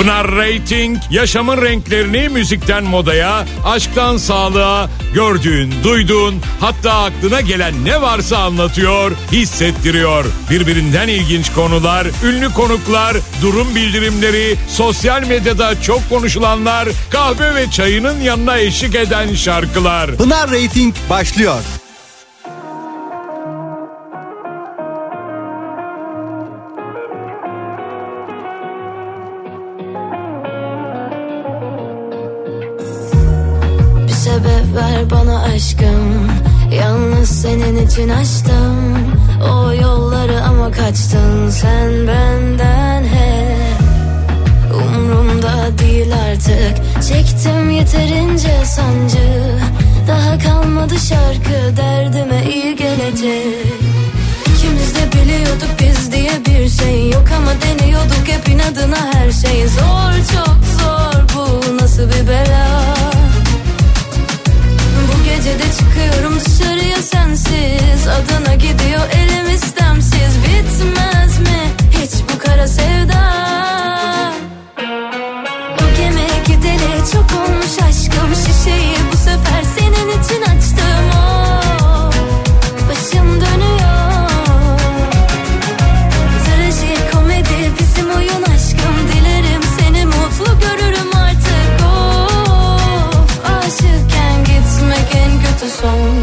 Pınar Rating, yaşamın renklerini müzikten modaya, aşktan sağlığa, gördüğün, duyduğun, hatta aklına gelen ne varsa anlatıyor, hissettiriyor. Birbirinden ilginç konular, ünlü konuklar, durum bildirimleri, sosyal medyada çok konuşulanlar, kahve ve çayının yanına eşlik eden şarkılar. Pınar Rating başlıyor. Bir sebep ver bana aşkım, yalnız senin için açtım o yolları ama kaçtın sen benden hep. Umrumda değil artık, çektim yeterince sancı, daha kalmadı şarkı derdime iyi gelecek. İkimiz de biliyorduk biz diye bir şey yok ama deniyorduk hep inadına her şey. Zor, çok zor, bu nasıl bir bela. Bu gece de çıkıyorum dışarıya sensiz, adına gidiyor elim istemsiz. Bitmez mi hiç bu kara sevda? O gemi gideli çok olmuş aşkım, şişeyi bu sefer senin için açtım. Oh, başım dönüyor. Trajikomedi bizim oyun aşkım, dilerim seni mutlu görürüm artık. Of, aşıkken gitmek en kötü son.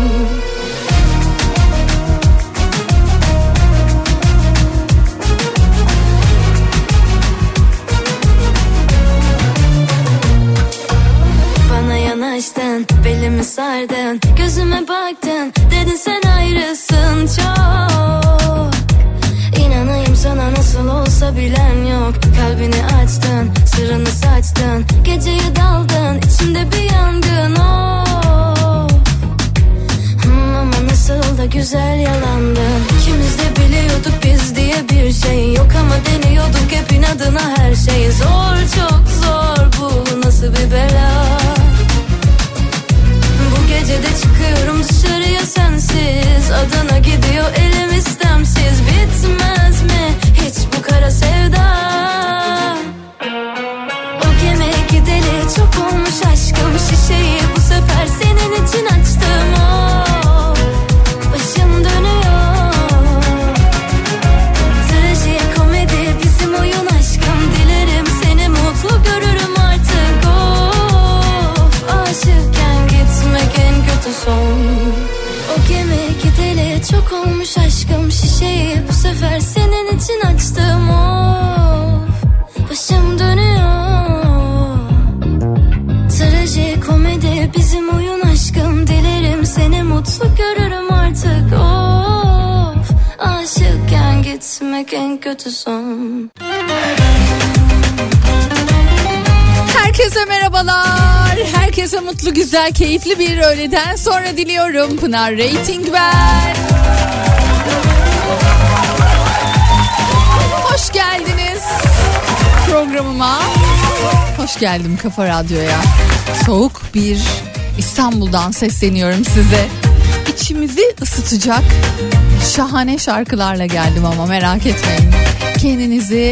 Bana yanaştın, belimi sardın, gözüme baktın, dedin sen ayrısın çok. İnanayım sana nasıl olsa bilen yok. Kalbini açtın, sırrını saçtın, geceye daldın, içimde bir yangın. Oh, ama nasıl da güzel yalandın. İkimiz de biliyorduk biz diye bir şey yok ama deniyorduk hep inadına her şey. Zor, çok zor, bu nasıl bir bela. Bu gece de çıkıyorum dışarıya sensiz, adına gidiyor elim istemsiz. Bitmez mi hiç bu kara sevda? O gemi gideli çok olmuş aşkım, şişeyi bu sefer senin için açtım. Oh, başım dönüyor. Trajikomedi bizim oyun aşkım, dilerim seni mutlu görürüm artık. Of, aşıkken gitmek en kötü son. O gemi gideli çok olmuş aşkım, şişeyi bu sefer senin için açtım. Of, başım dönüyor. Trajikomedi bizim oyun aşkım, dilerim seni mutlu görürüm artık. Of, aşıkken gitmek en kötü son. Herkese merhabalar. Herkese mutlu, güzel, keyifli bir öğleden sonra diliyorum. Pınar Rating ben. Hoş geldiniz programıma. Hoş geldim Kafa Radyo'ya. Soğuk bir İstanbul'dan sesleniyorum size. İçimizi ısıtacak şahane şarkılarla geldim ama merak etmeyin. Kendinizi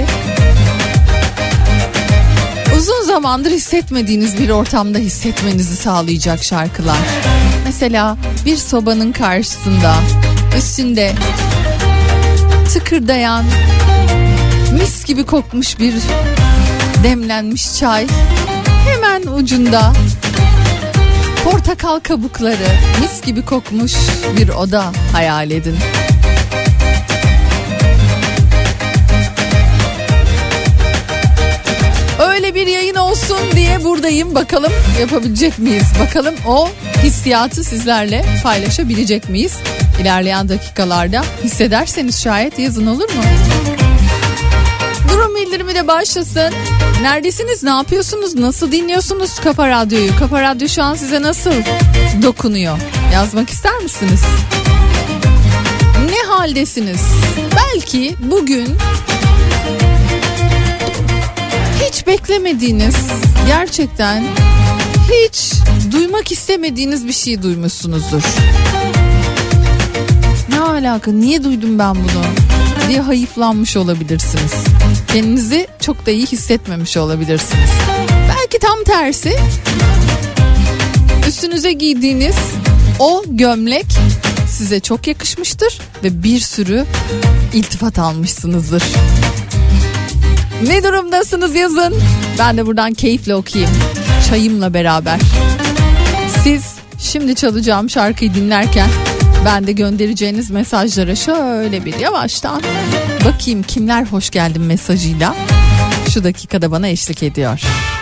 uzun zamandır hissetmediğiniz bir ortamda hissetmenizi sağlayacak şarkılar. Mesela bir sobanın karşısında, üstünde tıkırdayan, mis gibi kokmuş bir demlenmiş çay, hemen ucunda portakal kabukları, mis gibi kokmuş bir oda hayal edin. Öyle bir yayın olsun diye buradayım. Bakalım yapabilecek miyiz? Bakalım o hissiyatı sizlerle paylaşabilecek miyiz? İlerleyen dakikalarda hissederseniz şayet yazın, olur mu? Durum bildirimi de başlasın. Neredesiniz? Ne yapıyorsunuz? Nasıl dinliyorsunuz Kafa Radyo'yu? Kafa Radyo şu an size nasıl dokunuyor? Yazmak ister misiniz? Ne haldesiniz? Belki bugün hiç beklemediğiniz, gerçekten hiç duymak istemediğiniz bir şey duymuşsunuzdur. Ne alaka? Niye duydum ben bunu diye hayıflanmış olabilirsiniz. kendinizi çok da iyi hissetmemiş olabilirsiniz. Belki tam tersi, üstünüze giydiğiniz o gömlek size çok yakışmıştır ve bir sürü iltifat almışsınızdır. Ne durumdasınız yazın. Ben de buradan keyifle okuyayım. Çayımla beraber. Siz şimdi çalacağım şarkıyı dinlerken ben de göndereceğiniz mesajlara şöyle bir yavaştan bakayım kimler hoş geldin mesajıyla şu dakikada bana eşlik ediyor.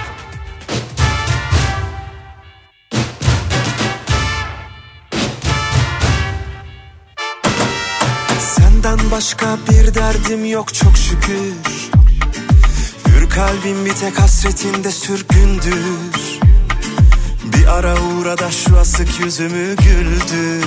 Senden başka bir derdim yok çok şükür. Hür kalbim bir tek hasretinde sürgündür. Bir ara uğra da şu asık yüzümü güldür.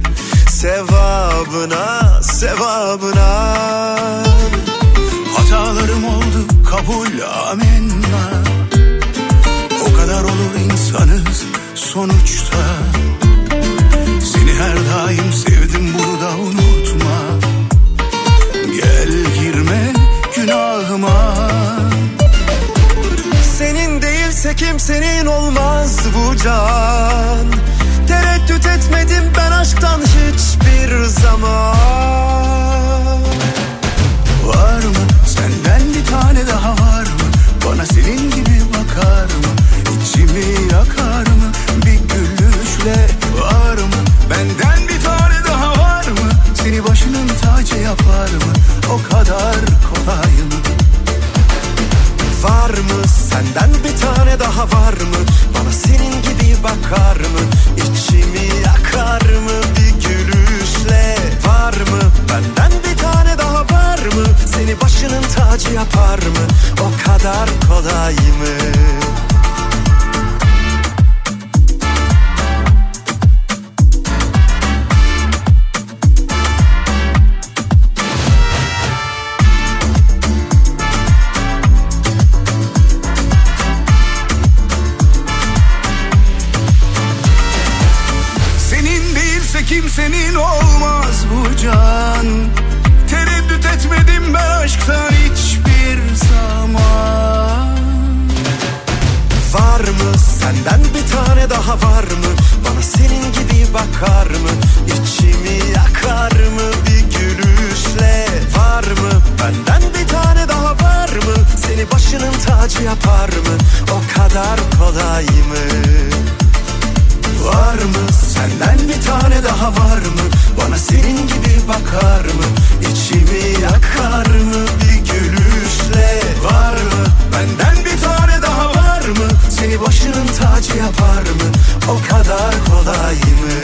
Sevabına, sevabına. Hatalarım oldu kabul amenna. O kadar olur insanız sonuçta. Seni her daim sevdim burada unutma. Gel girme günahıma. Senin değilse kimsenin olmaz bu can. Tereddüt etmedim ben aşktan hiçbir zaman. Var mı senden bir tane daha var mı? Bana senin gibi bakar mı? İçimi yakar mı? Bir gülüşle var mı? Benden bir tane daha var mı? Seni başının tacı yapar mı? O kadar kolay mı? Var mı senden bir tane daha var mı? Bana senin gibi bakar mı? İçimi yakar mı bir gülüşle? Var mı benden bir tane daha var mı? Seni başının tacı yapar mı? O kadar kolay mı? Kimsenin olmaz bu can. Tereddüt etmedim ben aşktan hiçbir zaman. Var mı senden bir tane daha var mı? Bana senin gibi bakar mı? İçimi yakar mı bir gülüşle? Var mı benden bir tane daha var mı? Seni başının tacı yapar mı? O kadar kolay mı? Var mı senden bir tane daha var mı? Bana senin gibi bakar mı? İçimi yakar mı bir gülüşle? Var mı benden bir tane daha var mı? Seni başının tacı yapar mı? O kadar kolay mı?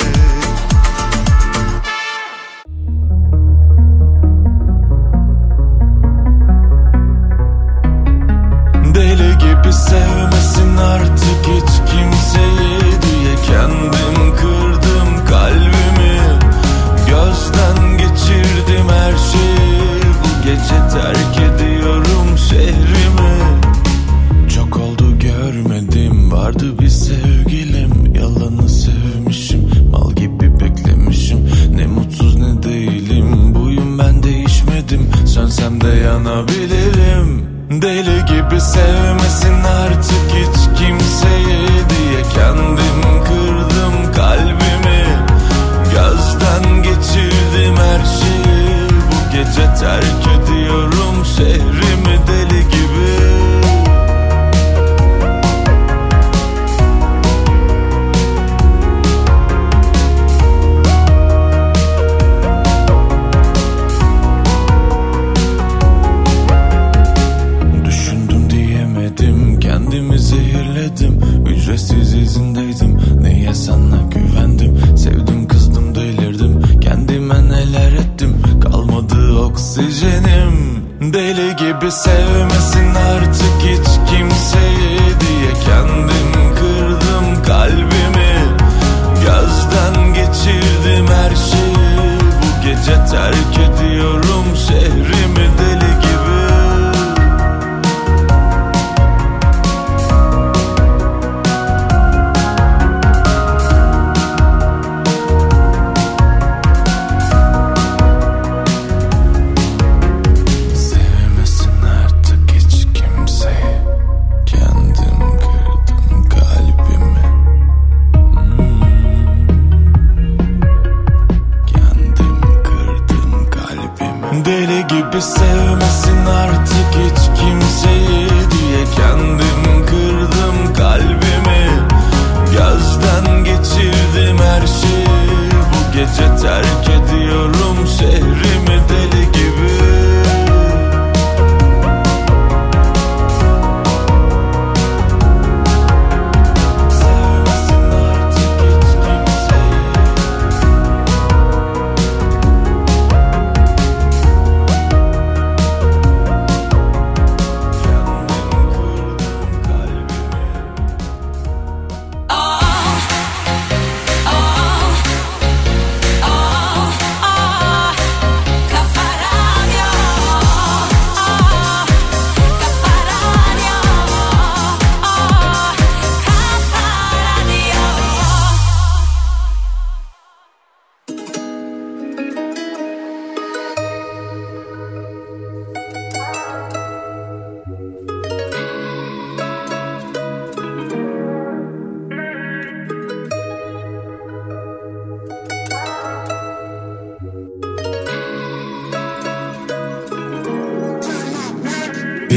Deli gibi sevmesin artık hiç kimseyi diye kendim kırdım kalbimi. Gözden geçirdim her şeyi. Bu gece terk ediyorum şehrimi. Çok oldu görmedim, vardı bir sevgilim. Yalanı sevmişim, mal gibi beklemişim. Ne mutsuz ne değilim, buyum ben değişmedim. Sönsem de yanabilirim. Deli gibi sevmesin artık hiç kimseyi diye kendim kırdım kalbimi. Gözden geçirdim her şeyi. Bu gece terk ediyorum şehrimi deli gibi. Kendimi zehirledim, ücretsiz izindeydim. Niye sana güvendim? Sevdim kızdım delirdim. Kendime neler ettim, kalmadı oksijenim. Deli gibi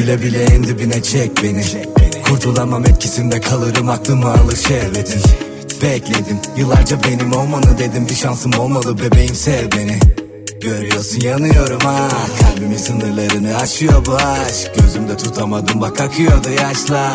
Bile bile en dibine çek beni. Kurtulamam etkisinde kalırım, aklımı alır şerbetin. Bekledim yıllarca benim olmanı, dedim bir şansım olmalı bebeğim, sev beni. Görüyorsun yanıyorum ha, kalbimin sınırlarını aşıyor bu aşk. Gözümde tutamadım bak akıyordu yaşlar.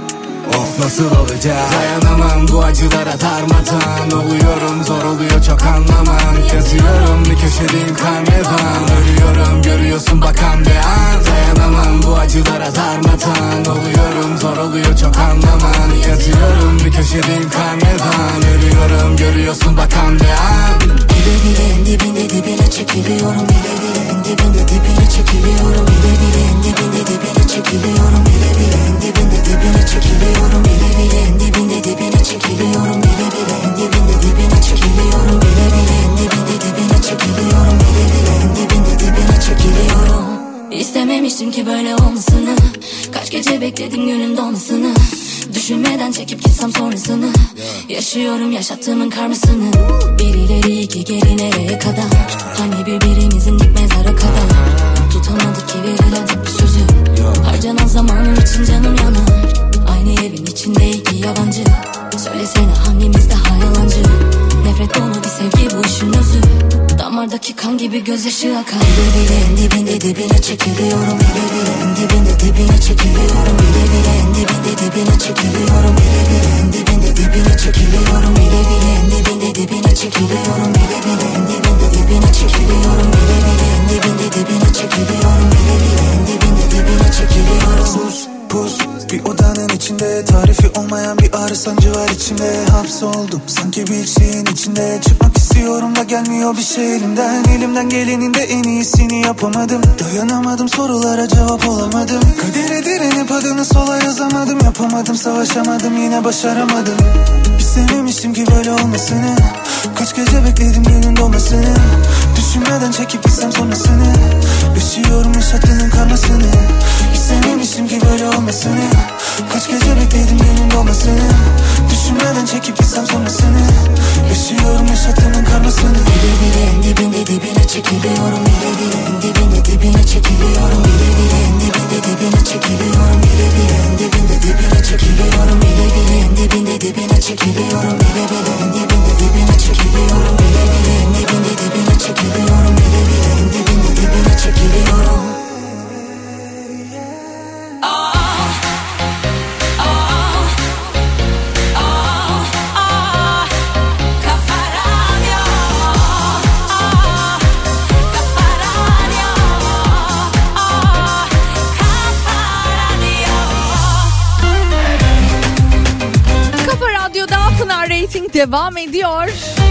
Of nasıl olacak, dayanamam bu acılara darmadan. Oluyorum zor oluyor çok anlaman. Yazıyorum bir köşedeyim karnevan. Ölüyorum görüyorsun bakan bir an. Dayanamam bu acılara darmadan. Oluyorum zor oluyor çok anlaman. Yazıyorum bir köşedeyim karnevan. Ölüyorum görüyorsun bakan bir an. Bile bile en dibinde dibine çekiliyorum. Bile bile en dibinde dibine çekiliyorum. Bile bile en dibinde dibine çekiliyorum. Bile bile en dibinde dibine çekiliyorum. Bile bile en dibinde dibine çekiliyorum. Bile bile en dibinde dibine çekiliyorum. Bile bile en dibinde dibine çekiliyorum. Bile bile en dibinde dibine çekiliyorum. İstememiştim ki böyle olmasını. Kaç gece bekledim günün dolmasını. Düşünmeden çekip gitsem sonrasını. Yaşıyorum yaşattığımın karmasını. Bir ileri iki geri nereye kadar? Hani birbirimizin dik mezara kadar. Tutamadık ki verilen tek bir sözü. Harcanan zamanım için canım yanar. Aynı evin içinde iki yabancı. Söylesene hangimiz daha yalancı? Nefret dolu bir sevgi bu işin özü. Damardaki kan gibi gözyaşı akar. Bile bile en dibinde dibine çekiliyorum. Bile bile en dibinde dibine çekiliyorum. Bile bile en dibinde dibine çekiliyorum. Bile bile en dibinde dibine çekiliyorum. Bile bile en dibinde dibine çekiliyorum. Bile bile en dibinde dibine çekiliyorum. Bile bile en dibinde dibine çekiliyorum. Bile bile en dibinde dibine çekiliyorum. Sus pus bir odanın içinde, tarifi olmayan bir ağrı sancı var içimde. Hapsoldum sanki bir şeyin içinde. Çıkmak istiyorum da gelmiyor bir şey elimden. Elimden gelenin de en iyisini yapamadım. Dayanamadım sorulara cevap olamadım. Kadere direnip adını sola yazamadım. Yapamadım savaşamadım yine başaramadım. İstememiştim ki böyle olmasını. Kaç gece bekledim günün dolmasını. Düşünmeden çekip gitsem sonrasını. Yaşıyorum yaşattığının karmasını. İstememiştim ki böyle olmasını. Kaç gece bekledim günün dolmasını. Düşünmeden çekip gitsem sonrasını. Yaşıyorum yaşattığının karmasını. Bile bile en dibinde dibine çekiliyorum. Bile bile en dibinde dibine çekiliyorum. Bile bile en dibinde dibine çekiliyorum. Bile bile en dibinde dibine çekiliyorum. Bile bile en dibinde dibine çekiliyorum. Bile bile en dibinde dibine çekiliyorum. Bile bile en dibinde dibine çekiliyorum. Bile bile en dibinde dibine çekiliyorum. Rating devam ediyor.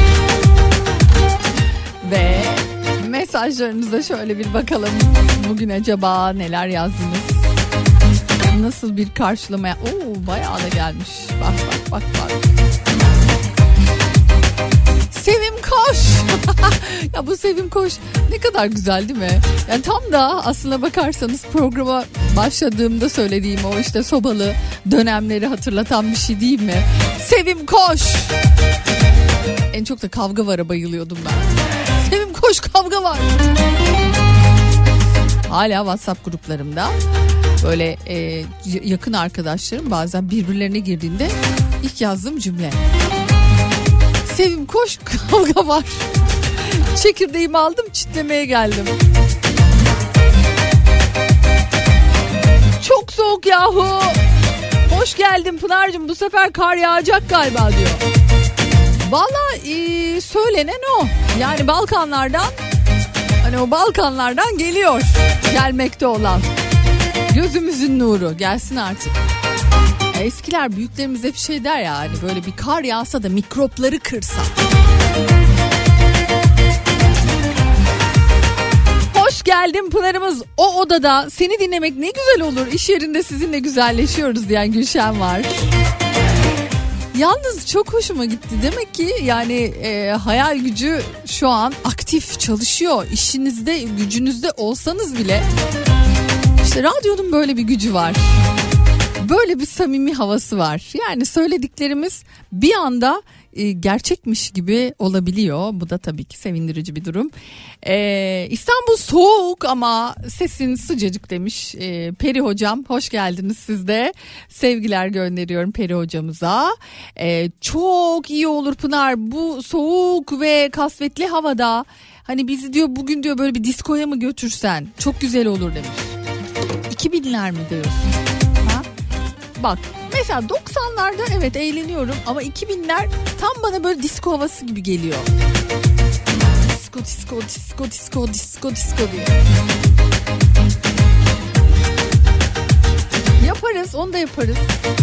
Ve mesajlarınıza şöyle bir bakalım. Bugün acaba neler yazdınız? Nasıl bir karşılamaya? Oo, bayağı da gelmiş. Bak. Sevim koş. Ya bu Sevim koş ne kadar güzel değil mi? Yani tam da aslına bakarsanız programa başladığımda söylediğim o işte sobalı dönemleri hatırlatan bir şey değil mi? Sevim koş. En çok da kavga vara bayılıyordum ben. Sevim koş, kavga var. Hala WhatsApp gruplarımda böyle yakın arkadaşlarım bazen birbirlerine girdiğinde ilk yazdığım cümle: Sevim koş, kavga var. Çekirdeğimi aldım, çitlemeye geldim. Çok soğuk yahu. Hoş geldin Pınar'cığım, bu sefer kar yağacak galiba diyor. Vallahi söylenen o. Yani Balkanlardan, hani o Balkanlardan geliyor gelmekte olan. Gözümüzün nuru gelsin artık. Eskiler büyüklerimiz hep şey der ya, hani böyle bir kar yağsa da mikropları kırsa. Hoş geldin Pınar'ımız, o odada seni dinlemek ne güzel olur, iş yerinde sizinle güzelleşiyoruz diyen Gülşen var. Yalnız çok hoşuma gitti, demek ki yani hayal gücü şu an aktif çalışıyor. İşinizde, gücünüzde olsanız bile işte radyonun böyle bir gücü var. Böyle bir samimi havası var. Yani söylediklerimiz bir anda gerçekmiş gibi olabiliyor. Bu da tabii ki sevindirici bir durum. İstanbul soğuk ama sesin sıcacık demiş Peri hocam. Hoş geldiniz siz de. Sevgiler gönderiyorum Peri hocamıza. Çok iyi olur Pınar, bu soğuk ve kasvetli havada hani bizi diyor bugün diyor böyle bir diskoya mı götürsen çok güzel olur demiş. 2000'ler mi diyorsun? Ha? Bak mesela 90'larda evet eğleniyorum ama 2000'ler tam bana böyle disko havası gibi geliyor. Disko diye. Yaparız, onu da yaparız.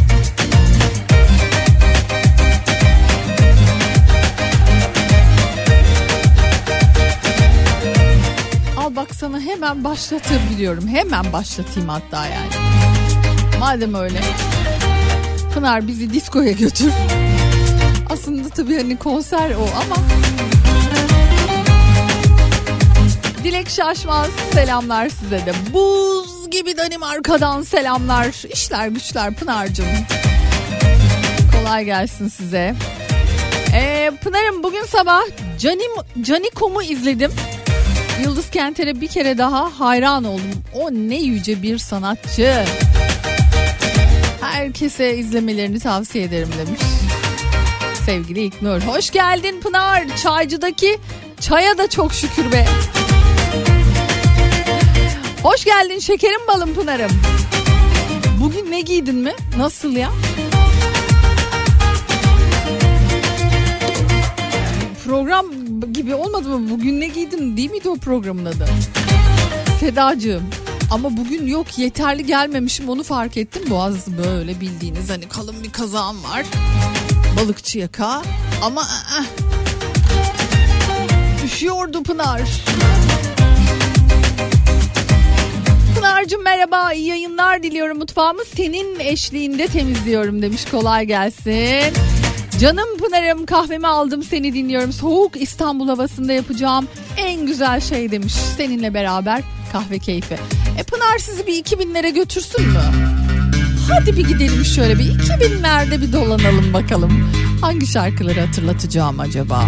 Al bak sana hemen başlatabiliyorum. Hemen başlatayım hatta yani. Madem öyle. Pınar bizi diskoya götür. Aslında tabii hani konser o ama. Dilek Şaşmaz selamlar size de. Buz gibi Danimarka'dan selamlar. İşler güçler Pınar'cığım. Kolay gelsin size. Pınar'ım bugün sabah Canikom'u izledim. Yıldız Kenter'e bir kere daha hayran oldum. O ne yüce bir sanatçı. Herkese izlemelerini tavsiye ederim demiş. Sevgili İknur. Hoş geldin Pınar. Çaycı'daki çaya da çok şükür be. Hoş geldin şekerim balım Pınar'ım. Bugün ne giydin mi? Nasıl ya? Program gibi olmadı mı? Bugün ne giydin değil miydi o programın adı? Sedacığım. Ama bugün yok yeterli gelmemişim, onu fark ettim. Boğaz böyle bildiğiniz hani kalın bir kazağım var. Balıkçı yaka ama üşüyordu Pınar. Pınar'cığım merhaba, iyi yayınlar diliyorum. Mutfağımı senin eşliğinde temizliyorum demiş, kolay gelsin. Canım Pınar'ım kahvemi aldım seni dinliyorum. Soğuk İstanbul havasında yapacağım en güzel şey demiş. Seninle beraber kahve keyfi. Pınar sizi bir 2000'lere götürsün mü? Hadi bir gidelim şöyle bir 2000'lerde bir dolanalım bakalım. Hangi şarkıları hatırlatacağım acaba?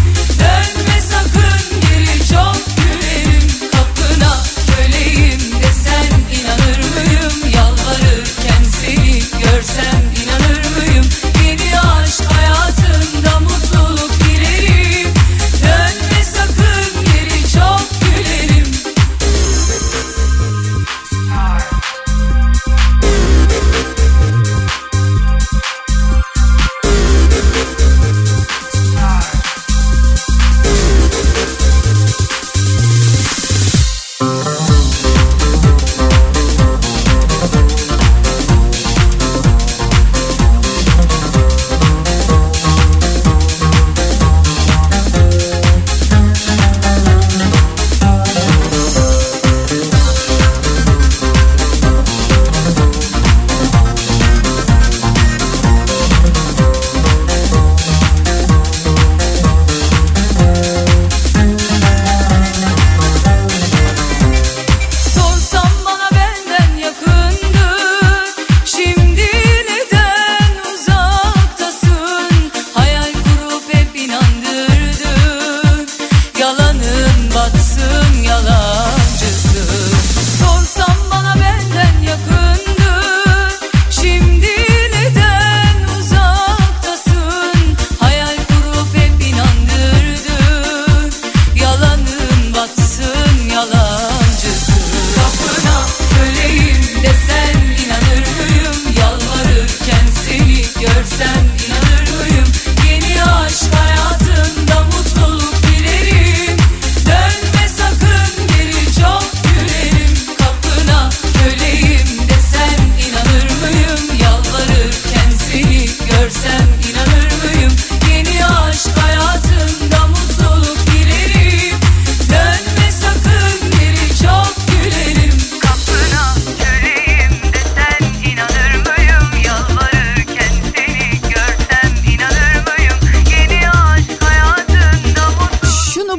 Dönme sakın geri, çok gülerim. Kapına köleyim de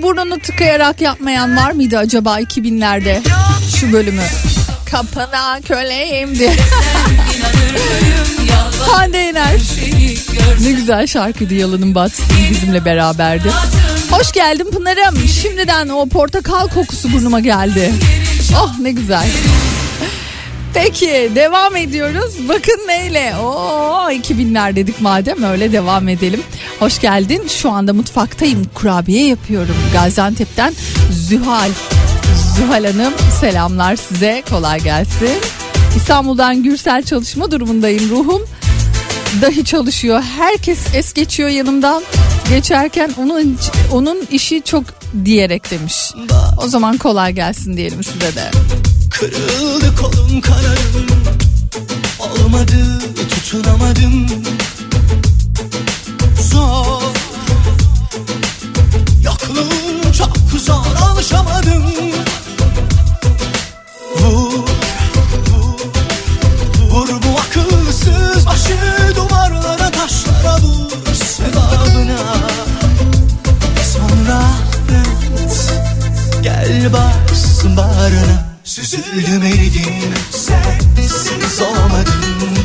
burnunu tıkayarak yapmayan var mıydı acaba 2000'lerde şu bölümü? Kapına köleyim diye. Hande Yener. Ne güzel şarkıydı, Yalanın Batsın bizimle beraberdi. Hoş geldin Pınar'ım. Şimdiden o portakal kokusu burnuma geldi. Oh ne güzel. Peki devam ediyoruz. Bakın neyle? Oo 2000'ler dedik madem, öyle devam edelim. Hoş geldin. Şu anda mutfaktayım. Kurabiye yapıyorum. Gaziantep'ten Zühal. Zühal Hanım selamlar size. Kolay gelsin. İstanbul'dan Gürsel, çalışma durumundayım. Ruhum dahi çalışıyor. Herkes es geçiyor yanımdan. Geçerken onun işi çok diyerek demiş. O zaman kolay gelsin diyelim size de. Kırıldı kolum kanarım, olmadı tutunamadım. Zor, yokluğun çok zor, alışamadım. Vur bu akılsız başı duvarlara, taşlara vur sevabına. Sonra affet, gel bassın bağrına. Süzüldüm eridim, sensiz olamadım.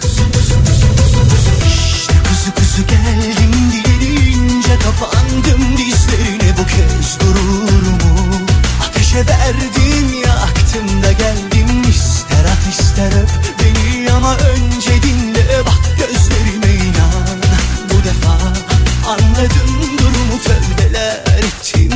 İşte kuzu geldim diyelince kapandım dizlerine, bu kez gururumu ateşe verdim, yaktım da geldim. İster at ister öp beni ama önce dinle, bak gözlerime inan. Bu defa anladım durumu, tövbeler ettim.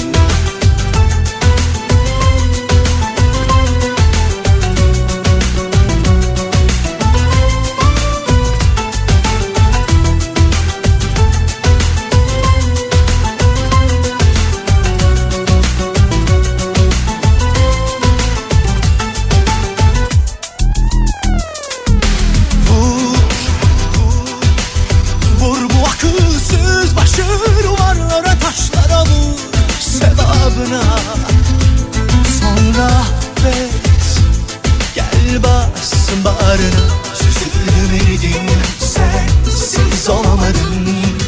Sonra affet, gel bassın bağrına. Süzüldüm eridim, sensiz olamadım.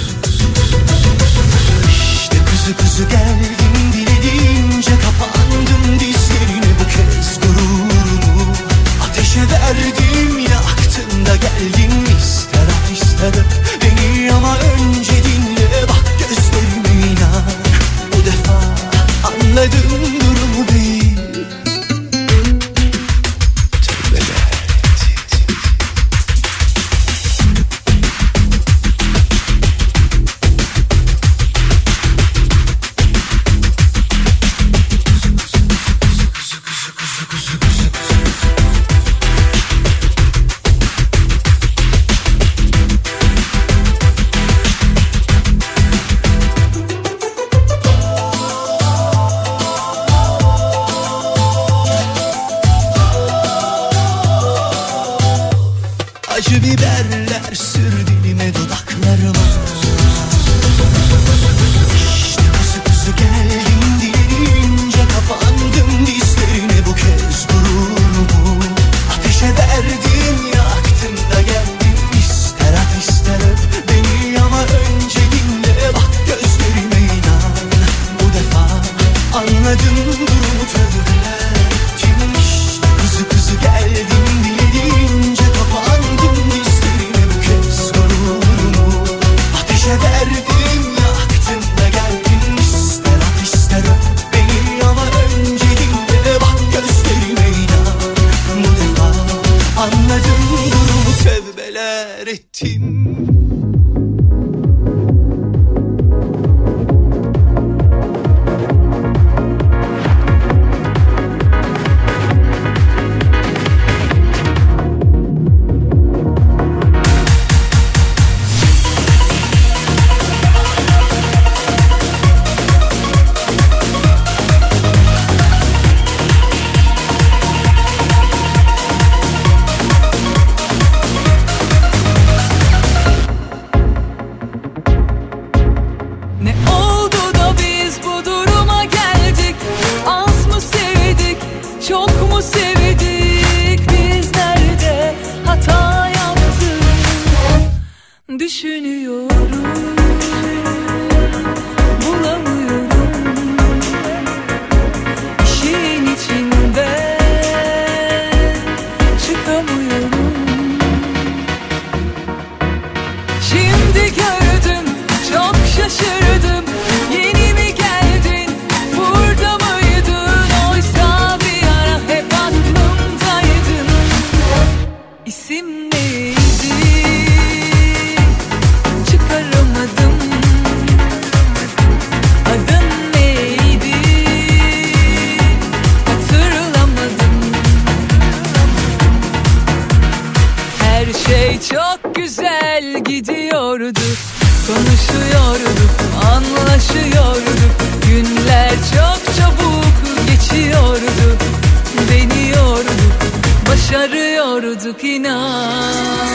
İşte kuzu geldim dilediğince kapandım dizlerine, bu kez gururumu ateşe verdim, yaktım da geldim. İster at ister öp beni ama önce dinle, bak gözlerime inan. Bu defa anladım durumu değil. Acı biberler sür dilime, dudaklarıma. İşte kuzu geldim diyelince kapandım dizlerine, bu kez gururumu ateşe verdim, yaktım da geldim. İster at ister öp beni ama önce dinle, bak gözlerime inan. Bu defa anladım durumu, tövbeler ettim. İşte kuzu geldim dilediğince kapandım dizlerine, bu kez gururumu ateşe verdim, yaktım da geldim. İster at ister öp beni ama önce dinle, bak gözlerime inan. Bu defa anladım durumu, tövbeler ettim. Ne oldu da biz bu duruma geldik? Az mı sevdik, çok mu sevdik? Biz nerede hata yaptık? Düşünüyorum, bulamıyorum Konuşuyorduk, anlaşıyorduk. Günler çok çabuk geçiyordu. Deniyorduk, başarıyorduk inan.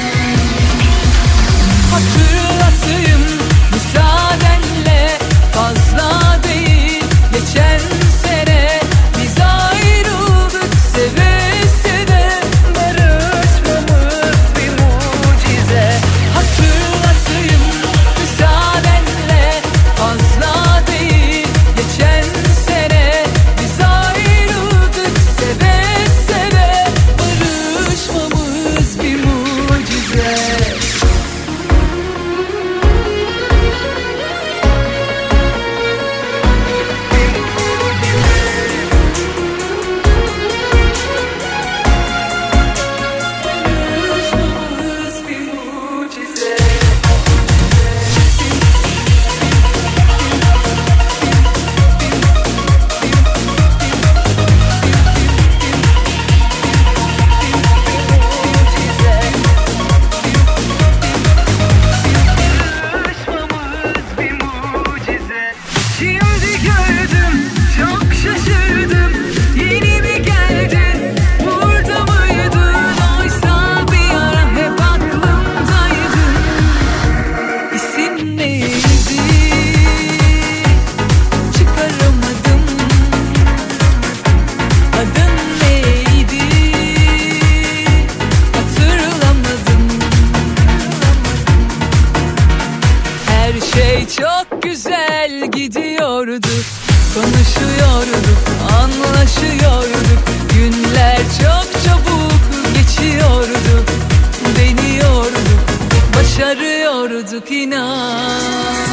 Hatırlatayım müsaadenle, fazla değil geçen sene biz ayrıldık seve seve. Barışmamız bir mucize. Hatırlatayım müsaadenle, fazla değil geçen sene biz ayrıldık seve seve. Barışmamız bir mucize. Konuşuyorduk, anlaşıyorduk. Günler çok çabuk geçiyordu. Deniyorduk, başarıyorduk inan.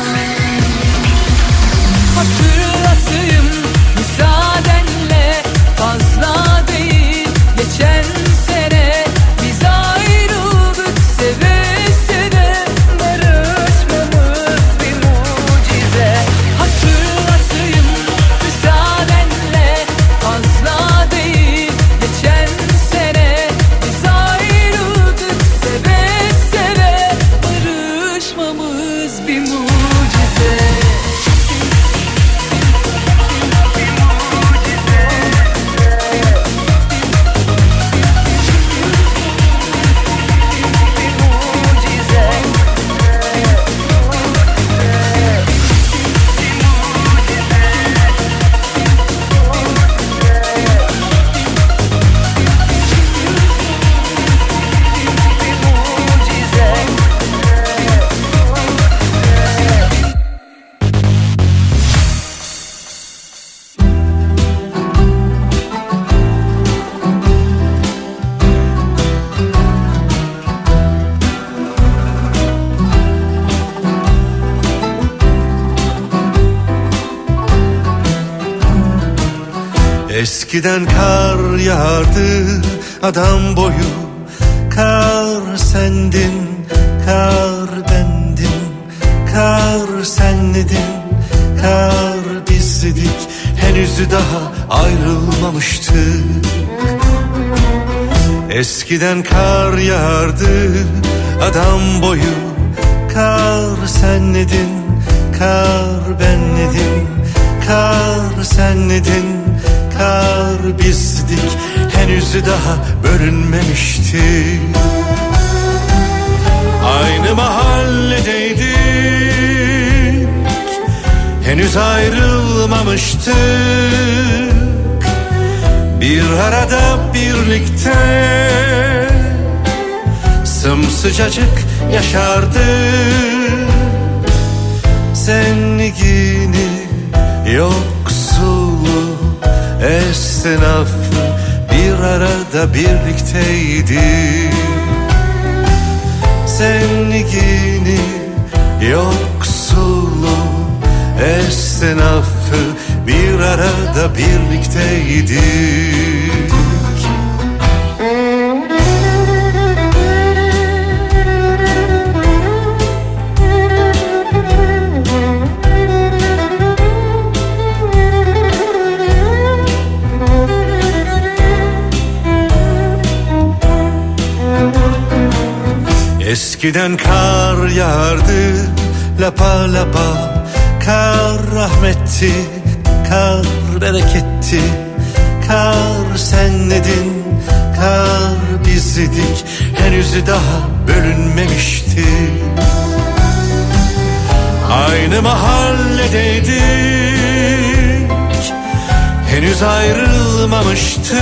Hatırlatayım müsaadenle, fazla değil geçen sene biz ayrıldık seve seve. Barışmamız bir mucize. Hatırlatayım müsaadenle, fazla değil geçen sene biz ayrıldık seve seve. Barışmamız bir mucize. Eskiden kar yağardı adam boyu. Kar sendin, kar bendim. Kar senledin, kar bizdik. Henüz daha ayrılmamıştık. Eskiden kar yağardı adam boyu. Kar senledin, kar benledim. Kar senledin, kar bizdik. Henüz daha bölünmemiştik. Aynı mahalledeydik. Henüz ayrılmamıştık. Bir arada birlikte sımsıcacık yaşardık. Zenligini, yoksulu, esnafı bir arada birlikteydik. Zenligini, yoksulu, esnafı bir arada birlikteydik. Eskiden kar yağardı lapa lapa. Kar rahmetti, kar bereketti. Kar senledin, kar bizdik. Henüz daha bölünmemişti. Aynı mahalledeydik, henüz ayrılmamıştık.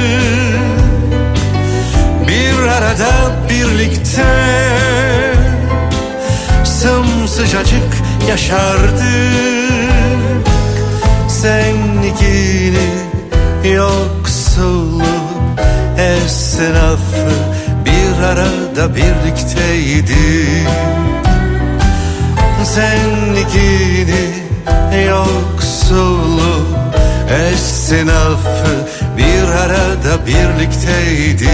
Bir arada birlikte sımsıcacık yaşardık. Zenginliği, yoksulluk, esnafı bir arada birlikteydik. Zenginliği, yoksulluk, esnafı bir arada birlikteydik.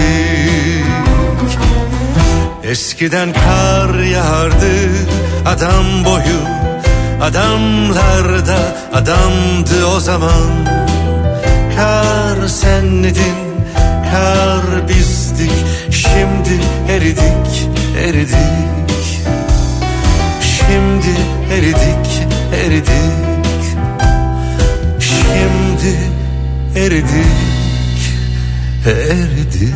Eskiden kar yağardı adam boyu, adamlar da adamdı o zaman. Kar senledin, kar bizdik. Şimdi eridik, eridik. Şimdi eridik, eridik. Şimdi eridik, eridik.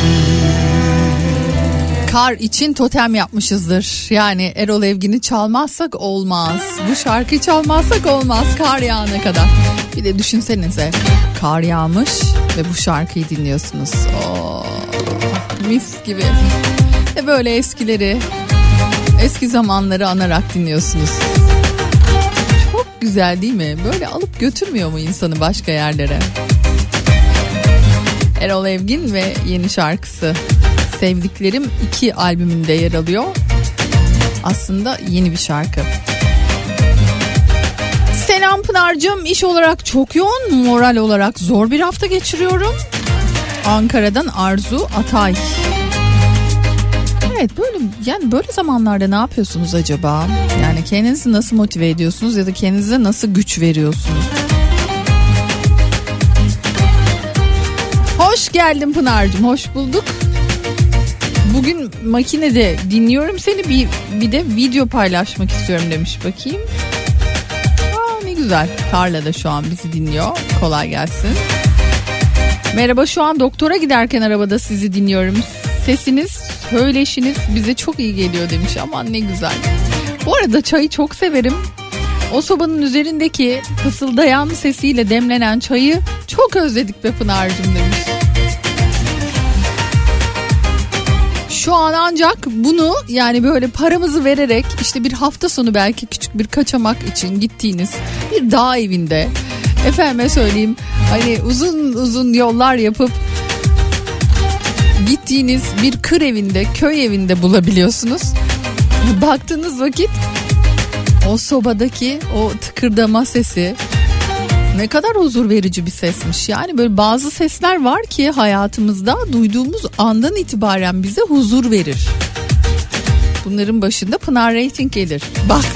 Kar için totem yapmışızdır. Yani Erol Evgin'i çalmazsak olmaz. Bu şarkıyı çalmazsak olmaz kar yağana kadar. Bir de düşünsenize, kar yağmış ve bu şarkıyı dinliyorsunuz. Oo, mis gibi. Ve böyle eskileri, eski zamanları anarak dinliyorsunuz. Çok güzel değil mi? Böyle alıp götürmüyor mu insanı başka yerlere? Erol Evgin ve yeni şarkısı Sevdiklerim 2 albümünde yer alıyor. Aslında yeni bir şarkı. Selam Pınar'cığım, iş olarak çok yoğun, moral olarak zor bir hafta geçiriyorum. Ankara'dan Arzu Atay. Evet, böyle zamanlarda ne yapıyorsunuz acaba? Yani kendinizi nasıl motive ediyorsunuz ya da kendinize nasıl güç veriyorsunuz? Hoş geldin Pınar'cığım, hoş bulduk. Bugün makinede dinliyorum seni, bir de video paylaşmak istiyorum demiş, bakayım. Aa, ne güzel, tarlada şu an bizi dinliyor, kolay gelsin. Merhaba, şu an doktora giderken arabada sizi dinliyorum. Sesiniz, söyleşiniz bize çok iyi geliyor demiş. Aman ne güzel. Bu arada çayı çok severim. O sobanın üzerindeki fısıldayan sesiyle demlenen çayı çok özledik be Pınar'cığım demiş. Şu an ancak bunu, yani böyle paramızı vererek işte bir hafta sonu belki küçük bir kaçamak için gittiğiniz bir dağ evinde, efendime söyleyeyim, hani uzun uzun yollar yapıp gittiğiniz bir kır evinde, köy evinde bulabiliyorsunuz. Baktığınız vakit o sobadaki o tıkırdama sesi ne kadar huzur verici bir sesmiş. Yani böyle bazı sesler var ki hayatımızda duyduğumuz andan itibaren bize huzur verir. Bunların başında Pınar Rating gelir. Bak.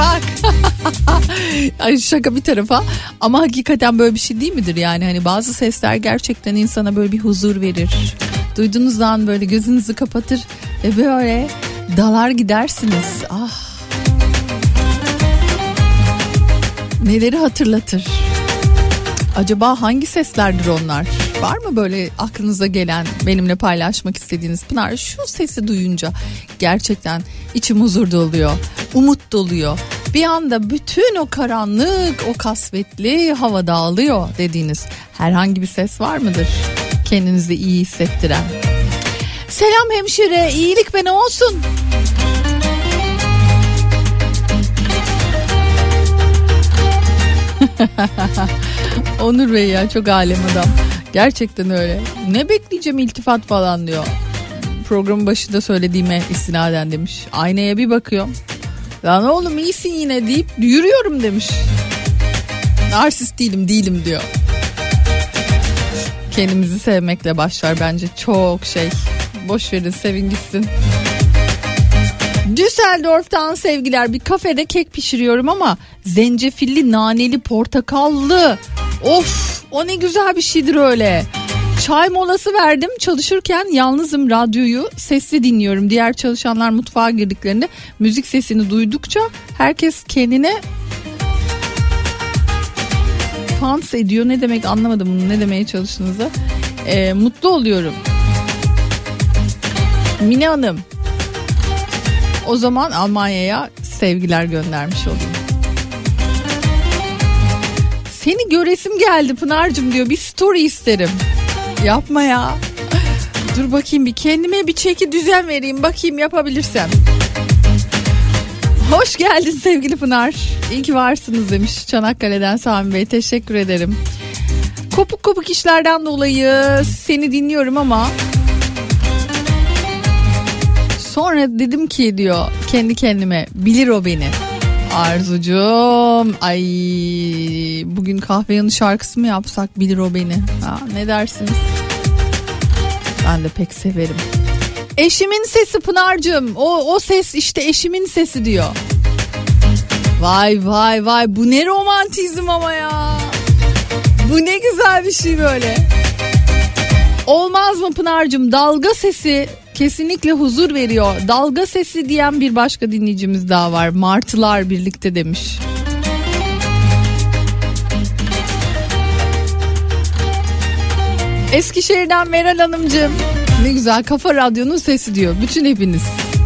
Ay, şaka bir tarafa, ama hakikaten böyle bir şey değil midir? Yani hani bazı sesler gerçekten insana böyle bir huzur verir. Duyduğunuz zaman böyle gözünüzü kapatır ve böyle dalar gidersiniz. Ah. Neleri hatırlatır? Acaba hangi seslerdir onlar? Var mı böyle aklınıza gelen, benimle paylaşmak istediğiniz? Pınar, şu sesi duyunca gerçekten içim huzur doluyor, umut doluyor. Bir anda bütün o karanlık, o kasvetli hava dağılıyor dediğiniz herhangi bir ses var mıdır? Kendinizi iyi hissettiren. Selam hemşire, iyilik be ne olsun? Onur Bey ya, çok alem adam. Gerçekten öyle. Ne bekleyeceğim iltifat falan diyor. Programın başında söylediğime istinaden demiş. Aynaya bir bakıyorum. Lan oğlum iyisin yine deyip yürüyorum demiş. Narsist değilim diyor. Kendimizi sevmekle başlar bence çok şey. Boş verin, sevin gitsin. Düsseldorf'tan sevgiler. Bir kafede kek pişiriyorum ama zencefilli, naneli, portakallı. Of, o ne güzel bir şeydir öyle. Çay molası verdim. Çalışırken yalnızım, radyoyu sesli dinliyorum. Diğer çalışanlar mutfağa girdiklerinde müzik sesini duydukça herkes kendine dans ediyor. Ne demek anlamadım bunu, ne demeye çalıştığınızı. Mutlu oluyorum. Mine Hanım. O zaman Almanya'ya sevgiler göndermiş olayım. Seni göresim geldi Pınar'cığım diyor. Bir story isterim. Yapma ya. Dur bakayım, bir kendime bir çeki düzen vereyim. Bakayım yapabilirsem. Hoş geldin sevgili Pınar. İyi ki varsınız demiş Çanakkale'den Sami Bey. Teşekkür ederim. Kopuk kopuk işlerden dolayı seni dinliyorum ama sonra dedim ki diyor kendi kendime, bilir o beni. Arzucuğum, ay bugün kahve yanı şarkısı mı yapsak, bilir o beni. Ha, ne dersiniz? Ben de pek severim. Eşimin sesi Pınar'cığım. O ses işte eşimin sesi diyor. Vay vay vay, bu ne romantizm ama ya. Bu ne güzel bir şey böyle. Olmaz mı Pınar'cığım? Dalga sesi kesinlikle huzur veriyor. Dalga sesi diyen bir başka dinleyicimiz daha var. Martılar birlikte demiş. Eskişehir'den Meral Hanımcığım. Ne güzel, Kafa Radyo'nun sesi diyor. Bütün hepiniz.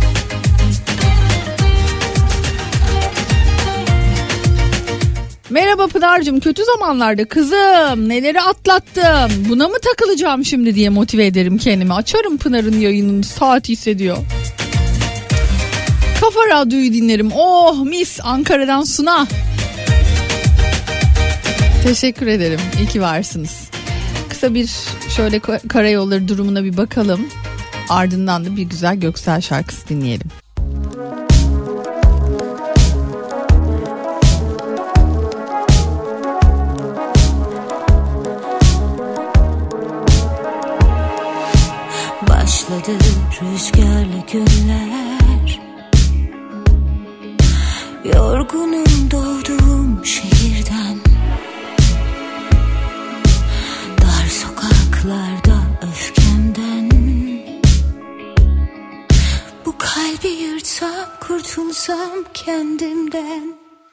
Merhaba Pınar'cığım, kötü zamanlarda kızım neleri atlattım, buna mı takılacağım şimdi diye motive ederim kendimi. Açarım Pınar'ın yayınını, saat hissediyor. Kafa Radyo'yu dinlerim. Oh mis, Ankara'dan Suna. Teşekkür ederim, iyi ki varsınız. Kısa bir şöyle karayolları durumuna bir bakalım. Ardından da bir güzel Göksel şarkısı dinleyelim. Başladı rüzgarlı günler, yorgunum doğduğum şehirden. Dar sokaklarda öfkemden, bu kalbi yırtsam kurtulsam kendimden.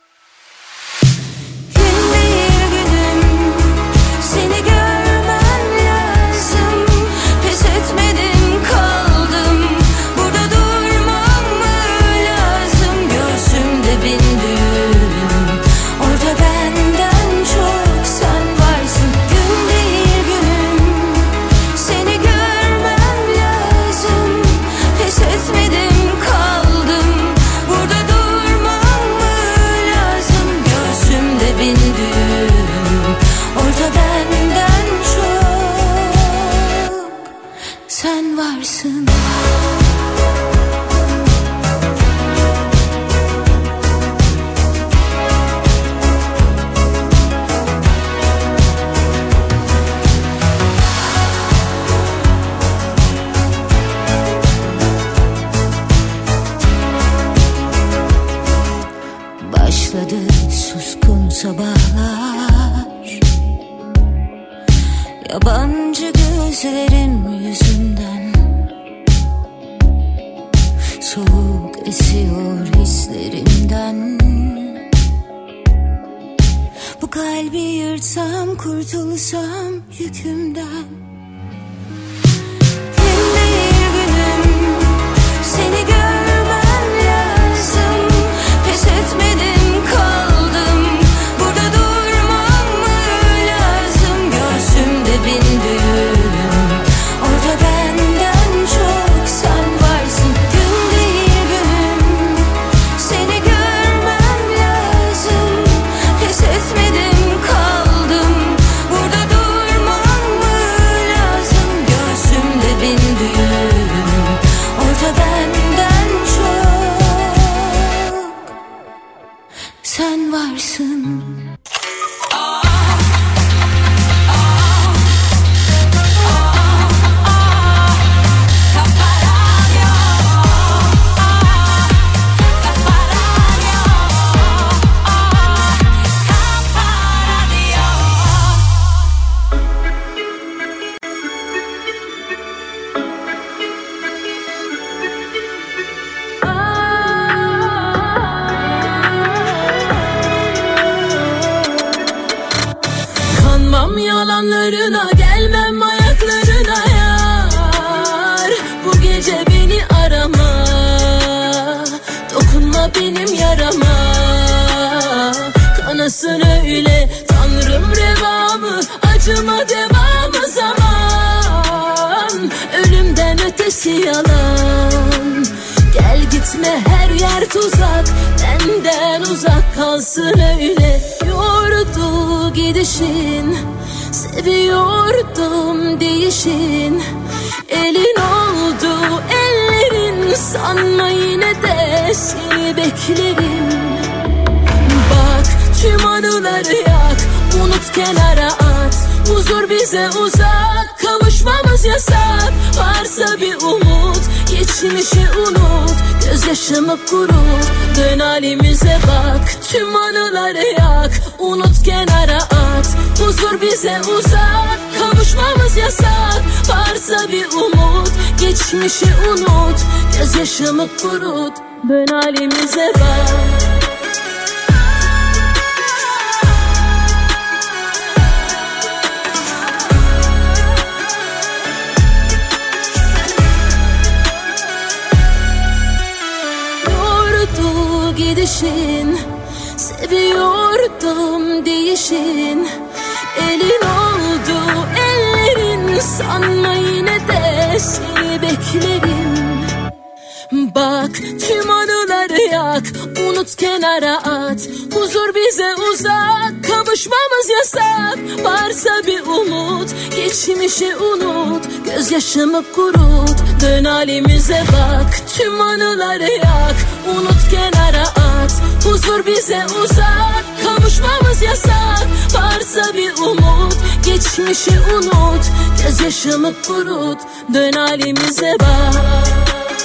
Gün değil günüm, seni görmem lazım. Pes etmedim kaldım, burada durmam mı lazım? Göğsümde bin düğüm, orada benden çok sen varsın. Gün değil günüm, seni görmem lazım. Pes etmedim kaldım, burada durmam mı lazım? Göğsümde bin düğüm, orada benden çok sen varsın. Başladı suskun sabahlar, yabancı gözlerin yüzünden. Soğuk esiyor hislerimden. Bu kalbi yırtsam kurtulsam yükümden. Gün değil günüm, seni görmem lazım. Pes etmedim kaldım, burada durmam mı lazım? Göğsümde bin düğüm, orada benden çok sen varsın. Gün değil günüm, seni görmem lazım. Pes etmedim kaldım, burada durmam mı lazım? Göğsümde bin düğüm, orada benden çok sen varsın. yalanlarına gelmem ayaklarına yar. Bu gece beni arama, dokunma benim yarama. Kanasın öyle Tanrım revamı, acıma devamı zaman. Ölümden ötesi yalan, gel gitme her yer tuzak. Benden uzak kalsın öyle. Yordu gidişin, seviyordum değişin. Elin oldu ellerin, sanma yine de seni beklerim. Bak tüm anıları yak, unut kenara at. Huzur bize uzak, kavuşmamız yasak. Varsa bir umut, geçmişi unut. Gözyaşımı kurut, dön halimize bak. Tüm anıları yak, unut kenara at. Huzur bize uzak, kavuşmamız yasak. Varsa bir umut, geçmişi unut. Gözyaşımı kurut, dön halimize bak. Gidişin, seviyordum değişin. Elin oldu ellerin, sanma yine de seni beklerim. Bak tüm anıları yak, unut kenara at. Huzur bize uzak, kavuşmamız yasak. Varsa bir umut, geçmişi unut. Gözyaşımı kurut, dön halimize bak. Tüm anıları yak, unut kenara at. Huzur bize uzak, kavuşmamız yasak. Varsa bir umut, geçmişi unut. Gözyaşımı kurut, dön halimize bak.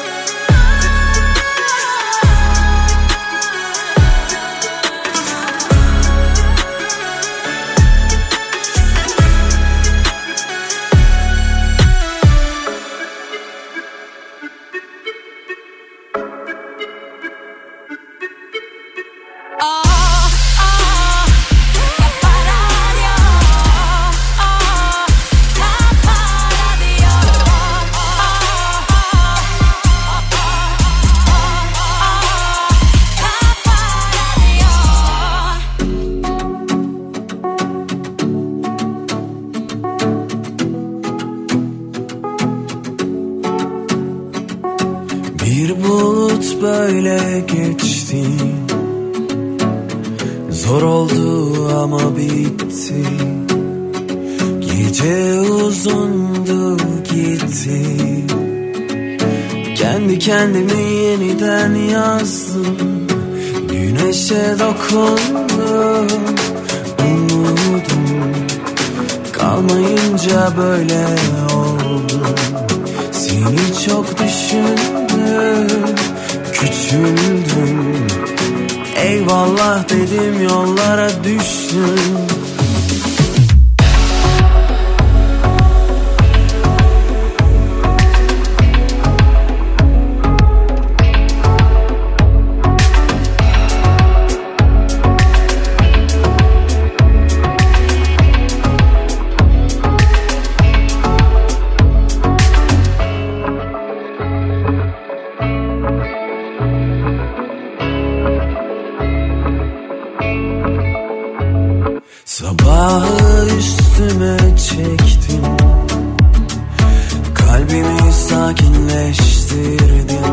Böyle geçti, zor oldu ama bitti. Gece uzundu gitti. Kendi kendimi yeniden yazdım. Güneşe dokundum. Umudum kalmayınca böyle oldu. Seni çok düşündüm, küçüldüm. Eyvallah dedim, yollara düştüm. Sabahı üstüme çektim, kalbimi sakinleştirdim.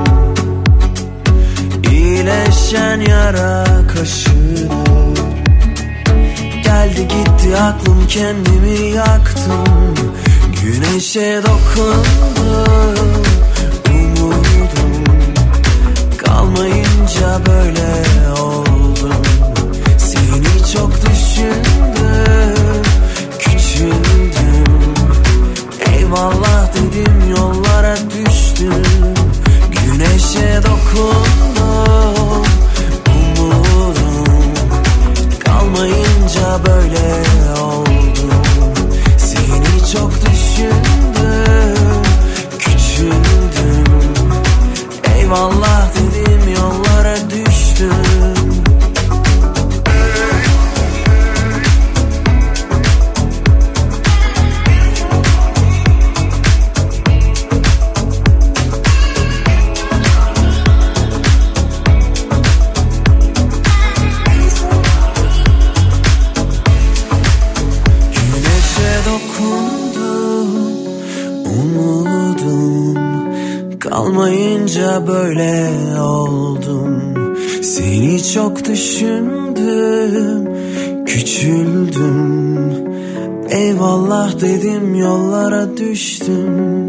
İyileşen yara kaşınır. Geldi gitti aklım, kendimi yaktım. Güneşe dokundum. Umudum kalmayınca böyle oldum. Seni çok düşündüm, küçüldüm. Eyvallah dedim, yollara düştüm. Güneşe dokundum. Umudum kalmayınca böyle oldum. Seni çok düşündüm, küçüldüm. Eyvallah dedim, yollara düştüm. kalmayınca böyle oldum. Seni çok düşündüm, küçüldüm. Eyvallah dedim, yollara düştüm.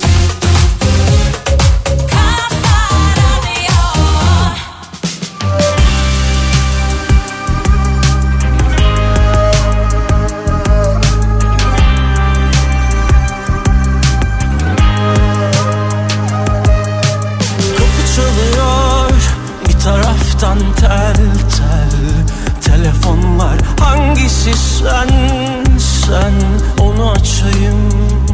Tel tel telefonlar, hangisi sen onu açayım.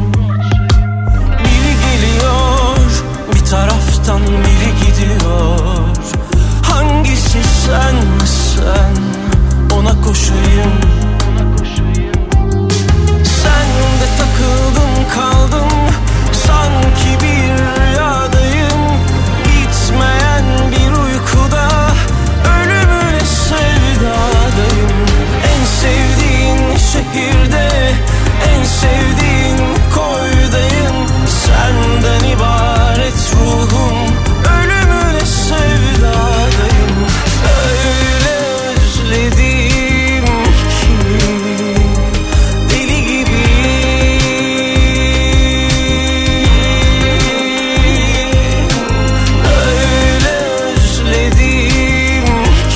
Biri geliyor bir taraftan, biri gidiyor. Hangisi sen ona koşayım. Sen de takıldım kaldım, sanki bir rüyadayım. Bitmeyen bir uykuda sevdadayım. En sevdiğin şehirde, en sevdiğin koydayım. Senden ibaret ruhum, ölümüne sevdadayım. Öyle özledim ki deli gibi. Öyle özledim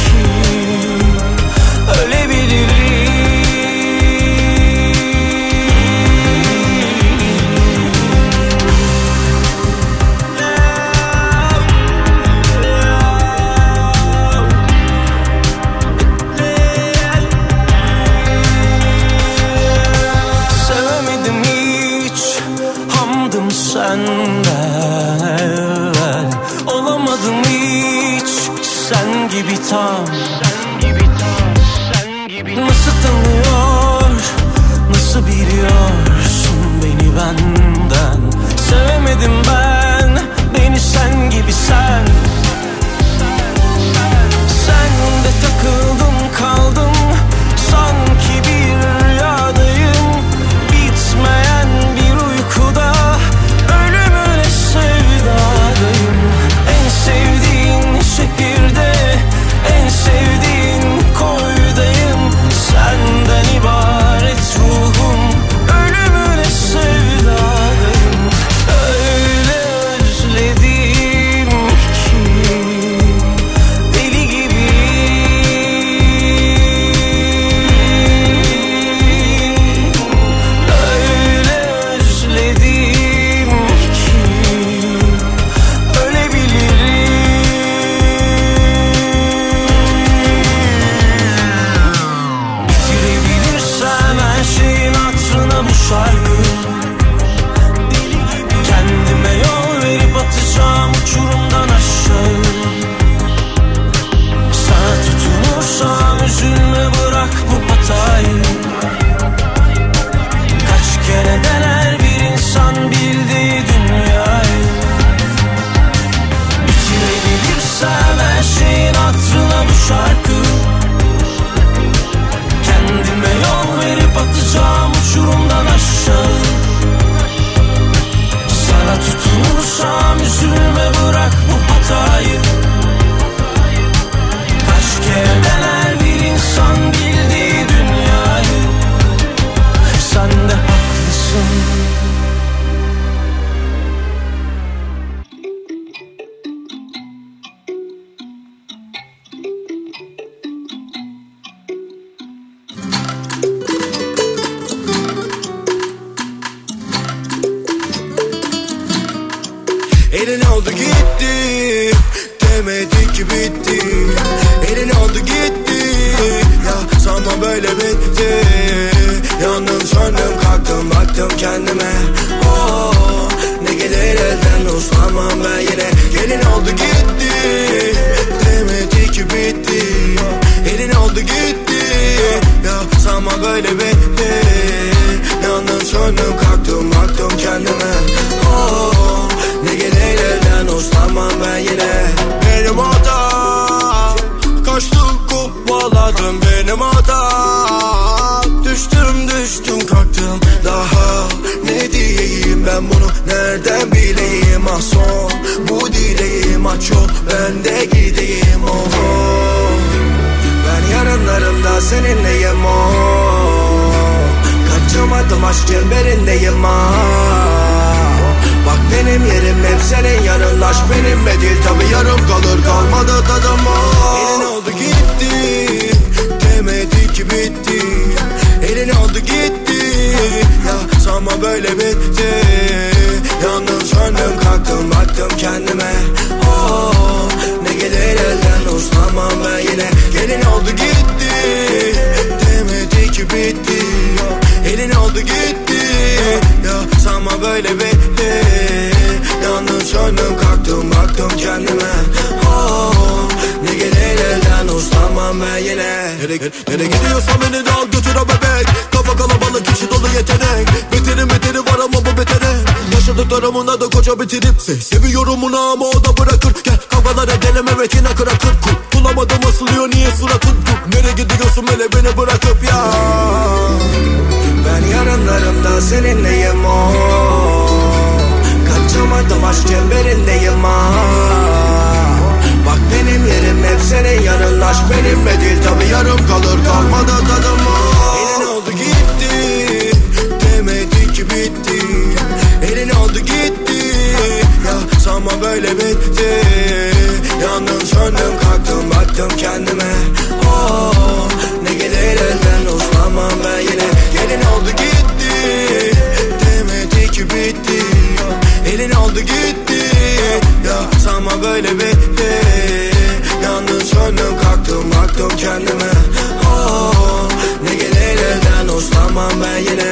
senden evvel. Olamadım hiç sen gibi tam. Nasıl tanıyor, nasıl biliyorsun beni benden. Sevemedim ben beni sen gibi sen. Sen de takıldım kaldım, sanki bir rüyadayım. Bitmeyen bir uykuda ölümüne sevdadayım. En sevdiğin şehirde, en sevdiğin koydayım. Senden ibaret ruhum, ölümüne sevdadayım. Öyle özledim ki deli gibi. Öyle özledim ki ölebilirim. Bitirebilirsem her şeyin hatırına bu şarkı. Kendime yol verip atacağım uçurumdan aşağı. Sana tutunursam üzülme, bırak bu hatayı. Kaç kere dener bir insan bildiği dünyayı. Bitirebilirsem her şeyin hatırına bu şarkı. Kendime yol verip atacağım uçurumdan aşağı. Sana tutunursam üzülme, bırak bu hatayı. Kaç kere dener bir insan bildiği dünyayı. Sen de haklısın. Elin oldu gitti, demedi ki bitti. Elin oldu gitti, ya sanma böyle bitti. Yandım söndüm kalktım baktım kendime. Oh, ne gelir elden uslanmam ben yine. Elin oldu gitti, demedi ki bitti. Elin oldu gitti, ya sanma böyle bitti. Yandım söndüm kalktım baktım kendime. Oh, ne gelir elden uslanmam ben yine. Benim hatam, kaçtım kovaladım benim hatam. Düştüm kalktım daha ne diyeyim ben bunu nereden bileyim. Ah son maç o, ben de gideyim oh. Ben yarınlarımda seninleyim oh. Kaçamadım aşk çemberindeyim ah. Bak benim yerim hep senin yanın, aşk benimle değil tabi yarım kalır, kalmadı tadım oh. Elin oldu gitti, demedi ki bitti. Elin oldu gitti, ya sanma böyle bitti. Yandım söndüm kalktım baktım kendime oh. Ne gelir elden uslanmam ben yine. Gelin oldu gitti, demedi ki bitti. Elin oldu gitti, ya sanma böyle bitti. Yandım söndüm kalktım baktım kendime oh. Ne gelir elden uslanmam ben yine. Nereye gidiyorsan beni de al götür o bebek. Kafa kalabalık kişi dolu yetenek. Beteri var ama bu betere. Yaşadıklarımın adı koca bitirip seviyorum onu ama o da bırakır. Gel kavgalar edelim evet yine kırakır. Bulamadım asılıyor niye suratın. Nereye gidiyorsun hele beni bırakıp ya. Ben yarınlarımda seninleyim oh. Kaçamadım aşk çemberindeyim ah. Bak benim yerim hep senin yanın, aşk benimle değil tabi yarım kalır, kalmadı tadım oh. Elin oldu gitti, demedi ki bitti. Elin oldu gitti, ya sanma böyle bitti. Yandım söndüm kalktım baktım kendime oh. Ne gelir elden uslanmam ben yine. Gelin oldu gitti, demedi ki bitti. Elin oldu gitti, ya sanma böyle bitti. Yandım söndüm kalktım baktım kendime oh. Ne gelir elden uslanmam ben yine.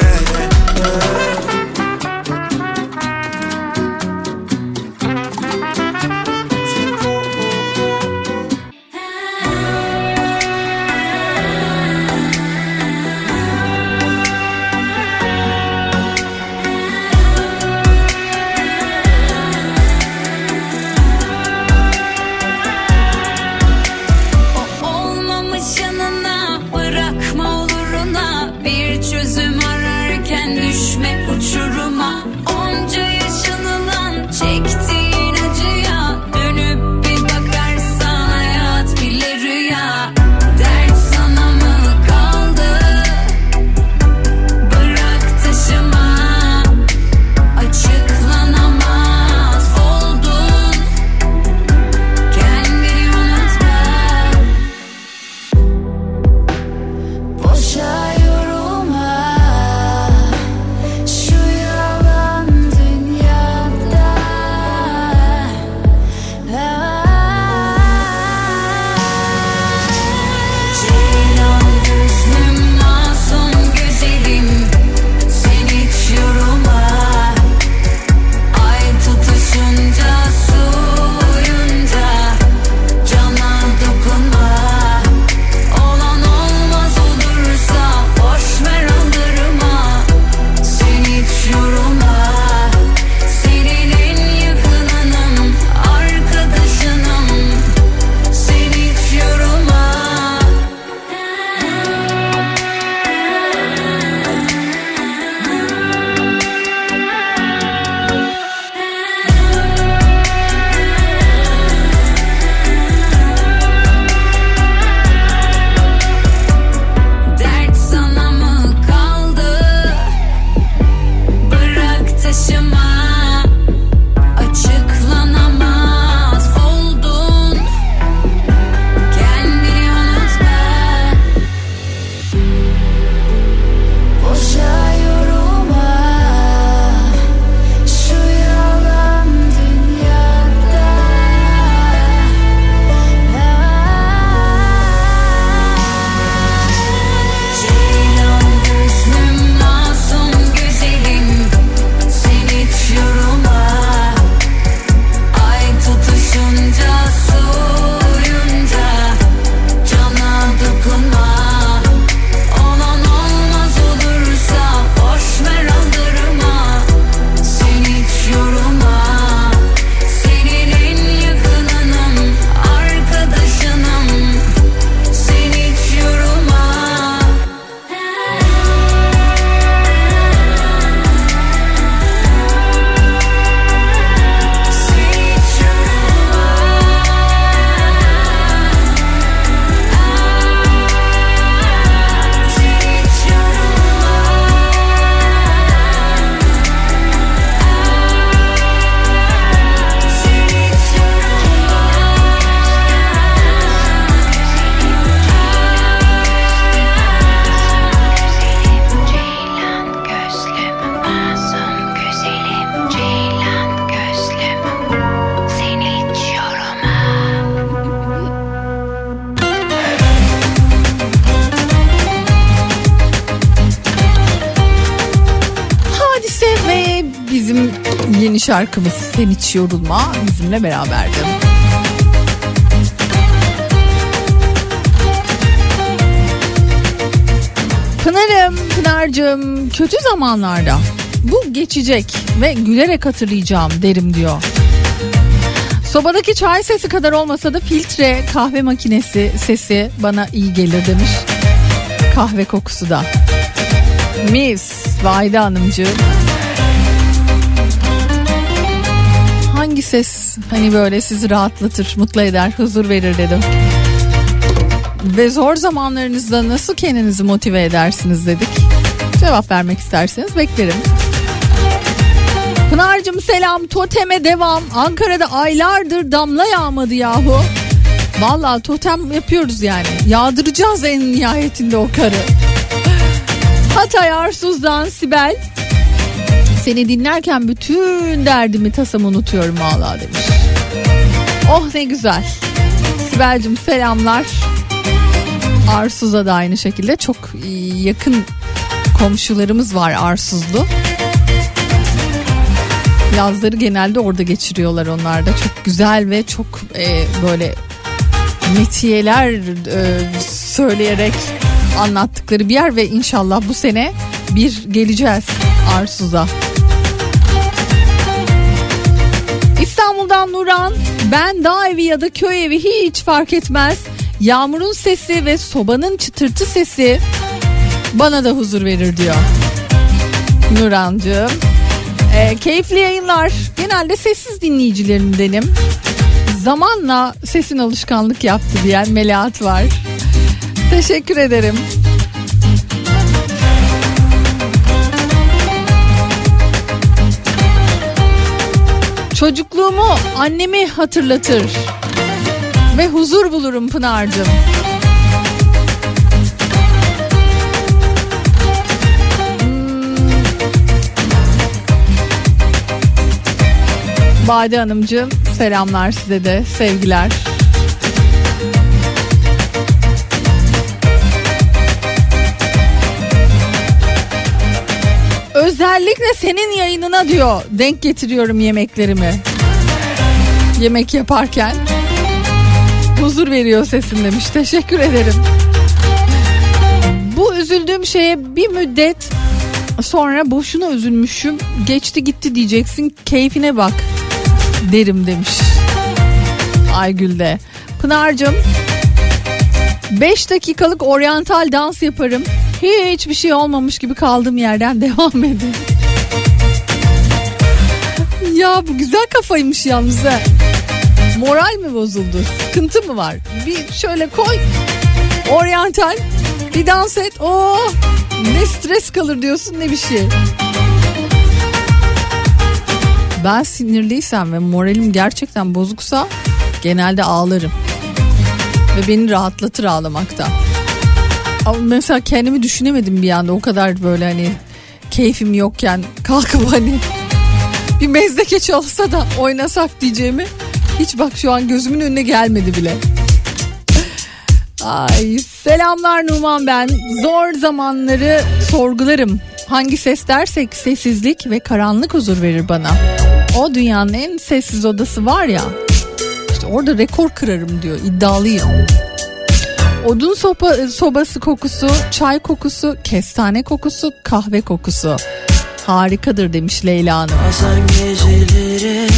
Yeni şarkımız Sen Hiç Yorulma bizimle beraberdi. Pınar'cığım kötü zamanlarda bu geçecek ve gülerek hatırlayacağım derim diyor. Sobadaki çay sesi kadar olmasa da filtre kahve makinesi sesi bana iyi gelir demiş. Kahve kokusu da. Mis Vahide Hanımcığım. Hangi ses hani böyle sizi rahatlatır, mutlu eder, huzur verir dedim. Ve zor zamanlarınızda nasıl kendinizi motive edersiniz dedik. Cevap vermek isterseniz beklerim. Pınar'cığım selam, toteme devam. Ankara'da aylardır damla yağmadı yahu. Vallahi totem yapıyoruz yani. Yağdıracağız en nihayetinde o karı. Hatay Arsuz'dan Sibel. Seni dinlerken bütün derdimi tasamı unutuyorum vallahi demiş. Oh ne güzel. Sibel'cığım selamlar. Arsuz'a da aynı şekilde çok yakın komşularımız var Arsuzlu. Yazları genelde orada geçiriyorlar onlar da. Çok güzel ve çok böyle metiyeler söyleyerek anlattıkları bir yer ve inşallah bu sene bir geleceğiz Arsuz'a. İstanbul'dan Nuran, ben dağ evi ya da köy evi hiç fark etmez. Yağmurun sesi ve sobanın çıtırtı sesi bana da huzur verir diyor. Nurancığım. Keyifli yayınlar. Genelde sessiz dinleyicilerimdenim. Zamanla sesin alışkanlık yaptı diyen Melahat var. Teşekkür ederim. Çocukluğumu annemi hatırlatır ve huzur bulurum Pınar'cığım. Bade Hanımcığım selamlar size de, sevgiler. Özellikle senin yayınına diyor denk getiriyorum yemeklerimi. Yemek yaparken huzur veriyor sesin demiş. Teşekkür ederim. Bu üzüldüğüm şeye bir müddet sonra boşuna üzülmüşüm. Geçti gitti diyeceksin, keyfine bak derim demiş Aygül de. Pınar'cığım 5 dakikalık oryantal dans yaparım. Hiçbir şey olmamış gibi kaldığım yerden devam edin. Ya bu güzel kafaymış yalnız ha. Moral mi bozuldu? Sıkıntı mı var? Bir şöyle koy. Oryantal bir dans et. Oh, ne stres kalır diyorsun ne bir şey. Ben sinirliysem ve moralim gerçekten bozuksa genelde ağlarım. Ve beni rahatlatır ağlamakta. Ama mesela kendimi düşünemedim bir anda, o kadar böyle hani keyfim yokken kalkıp hani bir mezdekeç olsa da oynasak diyeceğimi hiç bak şu an gözümün önüne gelmedi bile. Ay selamlar Numan ben. Zor zamanları sorgularım. Hangi ses dersek sessizlik ve karanlık huzur verir bana. O dünyanın en sessiz odası var ya, işte orada rekor kırarım diyor, iddialıyım. Odun sobası kokusu, çay kokusu, kestane kokusu, kahve kokusu harikadır demiş Leyla Hanım. Bazen geceleri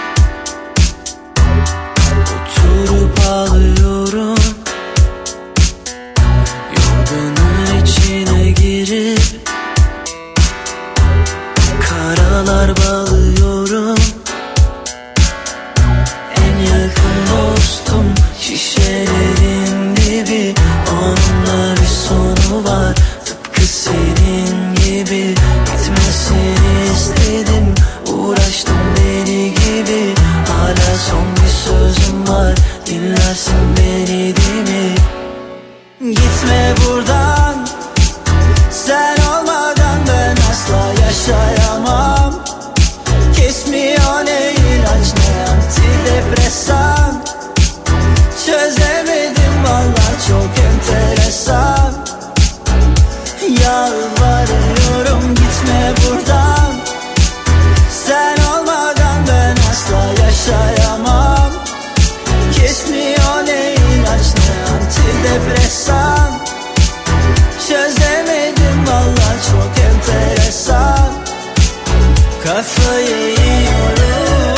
oturup ağlıyorum, yorganın içine girip karalar bağlıyorum. En yakın dostum şişelerin dibi, onunla bir sonu var tıpkı senin gibi. Gitmesini istedim, uğraştım deli gibi. Hala son bir sözüm var, dinlersin beni değil mi? Gitme buradan, sen olmadan ben asla yaşayamam. Kesmiyor ne ilaç ne antidepresan. Çözemedim vallahi çok enteresan. Yalvarıyorum gitme buradan, sen olmadan kafayı yiyorum.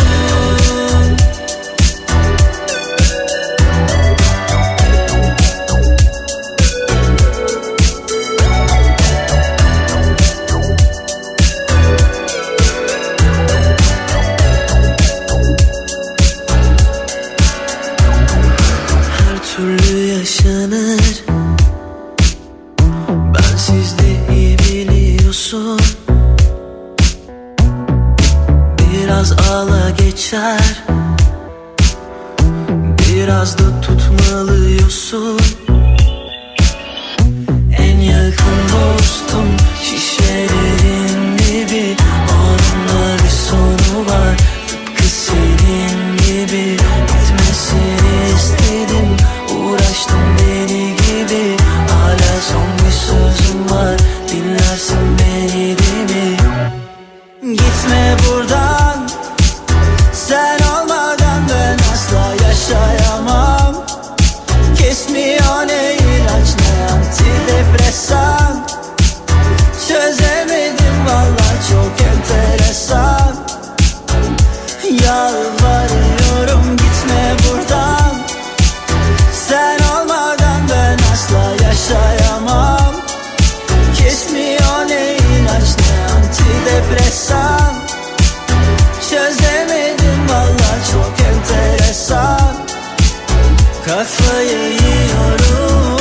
Yaşanır. Bensiz de iyi biliyorsun. Biraz ağla geçer, biraz da tutmalıyorsun. En yakın dostum şişelerin dibi, onunla bir sonu var. Tıpkı senin gibi bitmesini istedim. Uğraştım deli gibi, hala son bir sözüm var. Dinlersin beni değil mi? Gitme buradan, sen olmadan ben asla yaşayamam. Kesmiyor ne ilaç ne antidepresan. Çözemedim vallahi çok enteresan. Yalvarıyorum gitme buradan, sen olmadan ben asla yaşayamam. Kesmiyor ne ilaç ne antidepresan. Çözemedim vallahi çok enteresan. Kafayı yiyorum.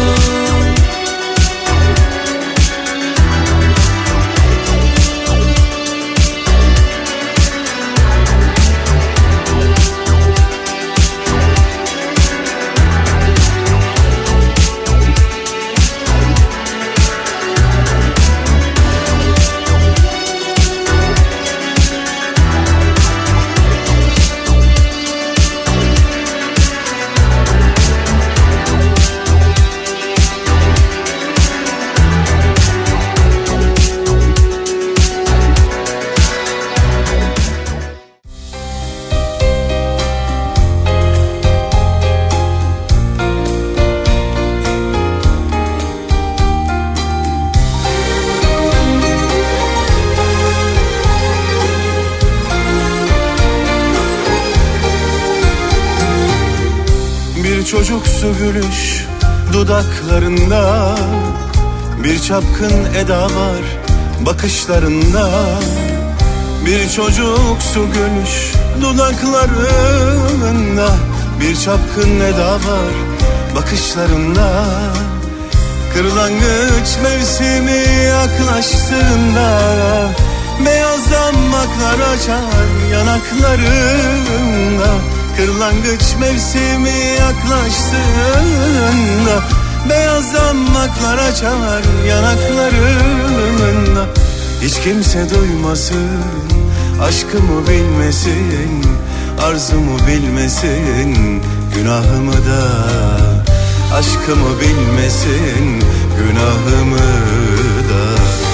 Çocuksu gülüş dudaklarında, bir çapkın eda var bakışlarında. Bir çocuksu gülüş dudaklarında, bir çapkın eda var bakışlarında. Kırlangıç mevsimi yaklaştığında, beyaz damaklar açar yanaklarında. Kırlangıç mevsimi yaklaştığında, beyaz damaklar açar yanaklarında. Hiç kimse duymasın, aşkımı bilmesin, arzumu bilmesin, günahımı da. Aşkımı bilmesin, günahımı da.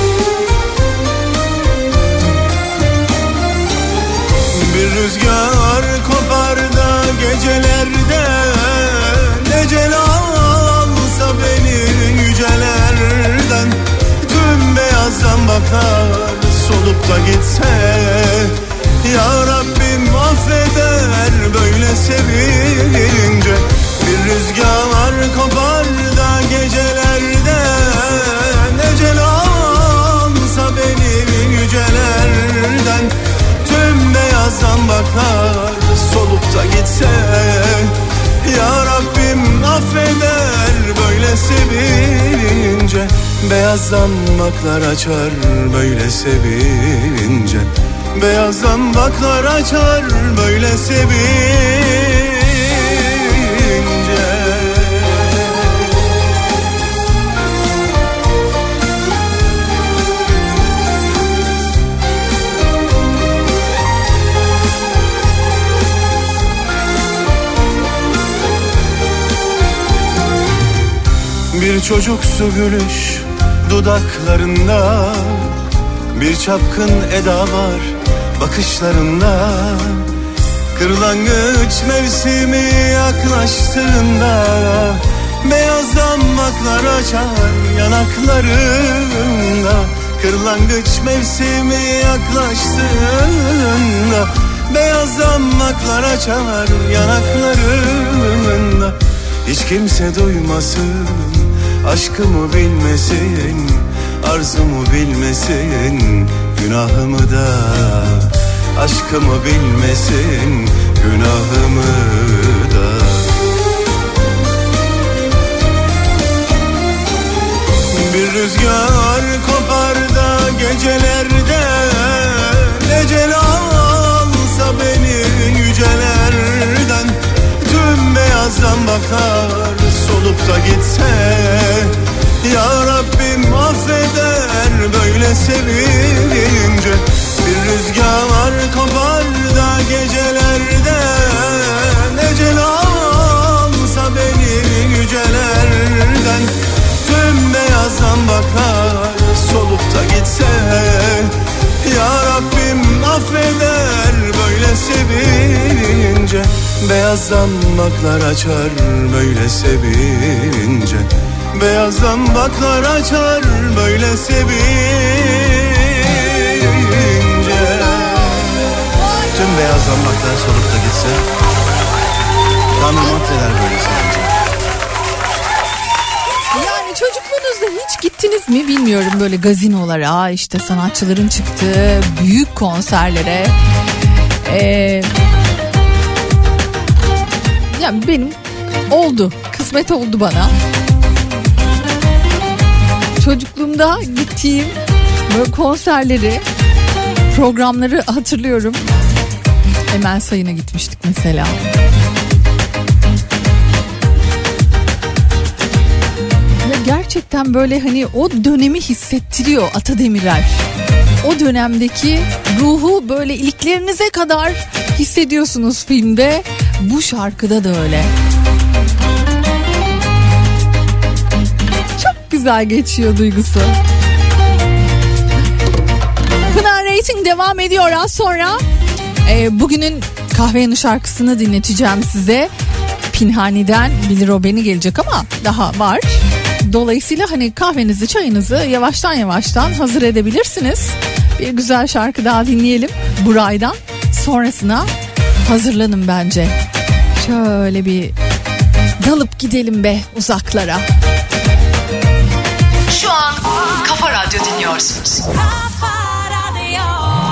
Bir rüzgar kopar da gecelerde, ecel alsa beni yücelerden. Tüm beyazdan bakar solup da gitse, ya Rabbim affeder böyle sevince. Bir rüzgar kopar da gecelerden, ecel alsa beni yücelerden. Tüm beyazdan bakar solup da gitse, ya Rabbim affeder böyle sevince. Beyazdan baklar açar böyle sevince. Beyazdan baklar açar böyle sevince. Bir çocuksu gülüş dudaklarında, bir çapkın eda var bakışlarında. Kırlangıç mevsimi yaklaştığında, beyaz damaklar açar yanaklarında. Kırlangıç mevsimi yaklaştığında beyaz damaklar açar yanaklarında. Hiç kimse duymasın, aşkımı bilmesin, arzumu bilmesin, günahımı da. Aşkımı bilmesin, günahımı da. Bir rüzgar kopar da gecelerde ecel alsa beni yücelerden. Tüm beyazdan bakar solup da gitse, ya Rabbim affeder böyle sevince. Bir rüzgar kopar da gecelerden ecel alsa beni yücelerden. Tüm beyazdan bakar solup da gitse, ya Rabbim affeder böyle sevince. Beyazdan baklar açar böyle sevince. Beyazdan baklar açar böyle sevince. Tüm beyazdan baklar solup da gitse, Tanrım affeder böyle sevince. Yani çocukluğunuzda hiç gittiniz mi bilmiyorum böyle gazinolara, işte sanatçıların çıktığı büyük konserlere. Yani benim oldu, kısmet oldu bana. Çocukluğumda gittiğim böyle konserleri, programları hatırlıyorum. Emel Sayın'a gitmiştik mesela. Ya gerçekten böyle hani o dönemi hissettiriyor Ata Demirer. O dönemdeki ruhu böyle iliklerinize kadar hissediyorsunuz filmde. Bu şarkıda da öyle. Çok güzel geçiyor duygusu. Pınar Rating devam ediyor az sonra. Bugünün kahve yanı şarkısını dinleteceğim size. Pinhani'den Bilir O Beni gelecek ama daha var. Dolayısıyla hani kahvenizi, çayınızı yavaştan yavaştan hazır edebilirsiniz. Bir güzel şarkı daha dinleyelim Buray'dan. Sonrasına hazırlanın bence. Şöyle bir dalıp gidelim be uzaklara. Şu an Kafa Radyo dinliyorsunuz. Kafa Radyo.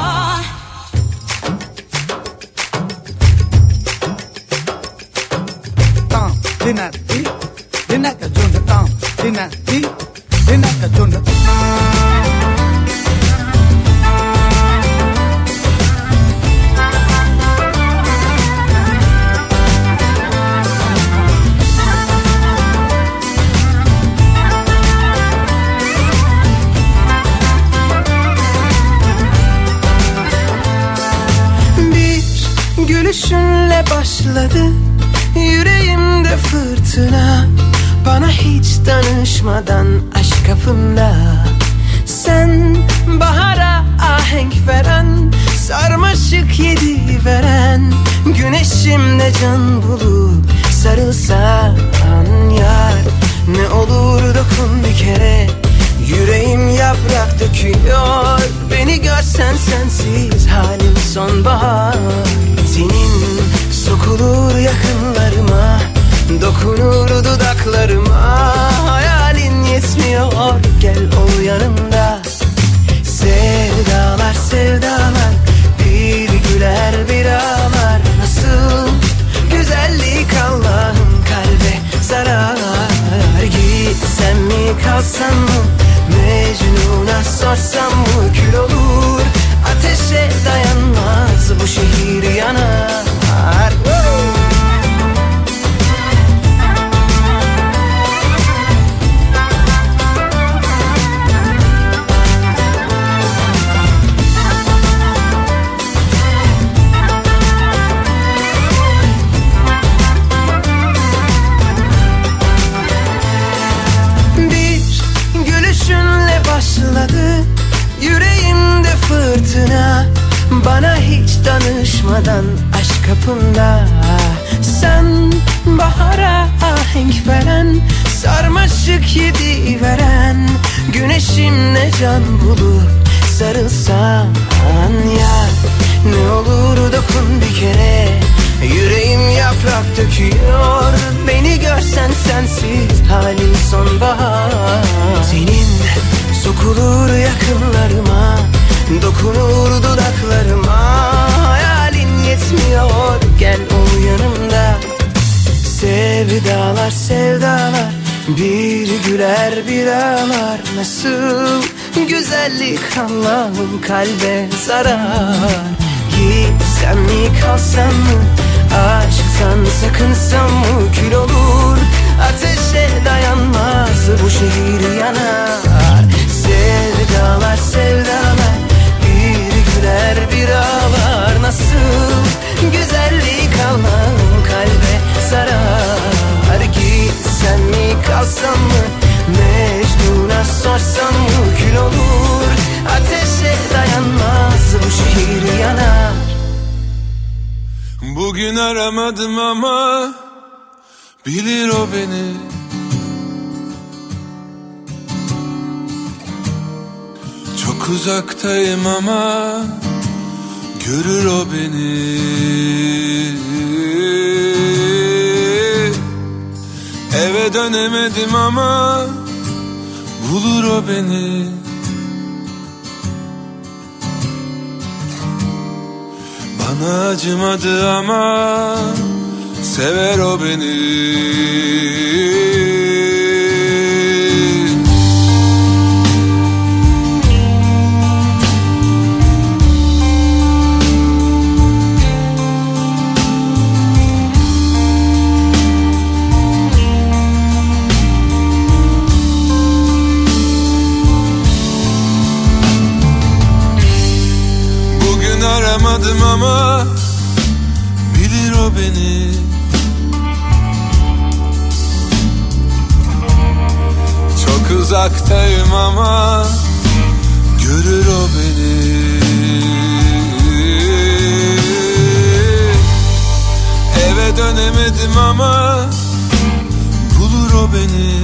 Tam dinati, dinaka junda tam dinati, dinaka junda. Gülüşünle başladı yüreğimde fırtına. Bana hiç danışmadan aşk kapımda. Sen bahara ahenk veren, sarmaşık yedi veren, güneşimde can bulup sarılsan yar. Ne olur dokun bir kere, yüreğim yaprak döküyor. Beni görsen sensiz halim sonbahar. Senin sokulur yakınlarıma, dokunur dudaklarıma. Hayalin yetmiyor, gel ol yanımda. Sevdalar sevdalar, bir güler bir ağlar. Nasıl güzellik Allah'ın kalbe zarar. Gitsem mi kalsam mı, Mecnun'a sorsam mı, kül olur. Ateşe dayanmaz bu şehir yanar. Bir gülüşünle başladı yüreğimde fırtına. Bana hiç danışmadan aşk kapımda. Sen bahara ahenk veren, sarmaşık yedi veren, güneşimle can bulup sarılsan ya. Ne olur dokun bir kere, yüreğim yaprak döküyor. Beni görsen sensiz halim sonbahar. Senin sokulur yakınlarıma, dokunur dudaklarıma. Hayalin yetmiyor, gel ol yanımda. Sevdalar sevdalar, bir güler bir ağlar. Nasıl güzellik Allah'ım kalbe zarar. Gitsem mi kalsam mı, aşktan sakınsam mı? Kül olur ateşe dayanmaz, bu şehir yanar. Sevdalar sevdalar, bir güler bir ağlar. Nasıl güzellik Allah'ım kalbe zarar. Gitsem mi kalsam mı, Mecnun'a sorsam mı? Kül olur ateşe dayanmaz, bu şehir yanar. Bugün aramadım ama bilir o beni. Çok uzaktayım ama görür o beni. Eve dönemedim ama bulur o beni. Bana acımadı ama sever o beni. Aramadım ama bilir o beni. Çok uzaktayım ama görür o beni. Eve dönemedim ama bulur o beni.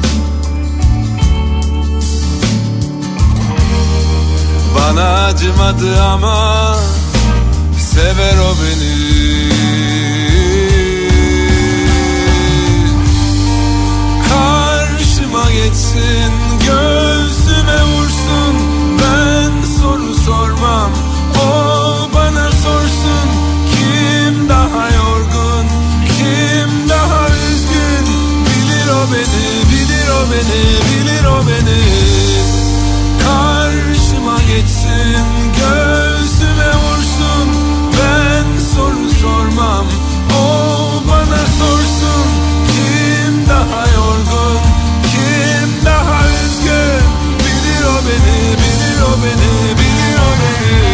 Bana acımadı ama sever o beni. Karşıma geçsin, göğsüme vursun. Ben soru sormam, o bana sorsun. Kim daha yorgun, kim daha üzgün? Bilir o beni, bilir o beni, bilir o beni. Karşıma geçsin, göğsüme vursun. Ben soru sormam, o bana sorsun. Kim daha yorgun, kim daha üzgün? Bilir o beni, bilir o beni, bilir o beni.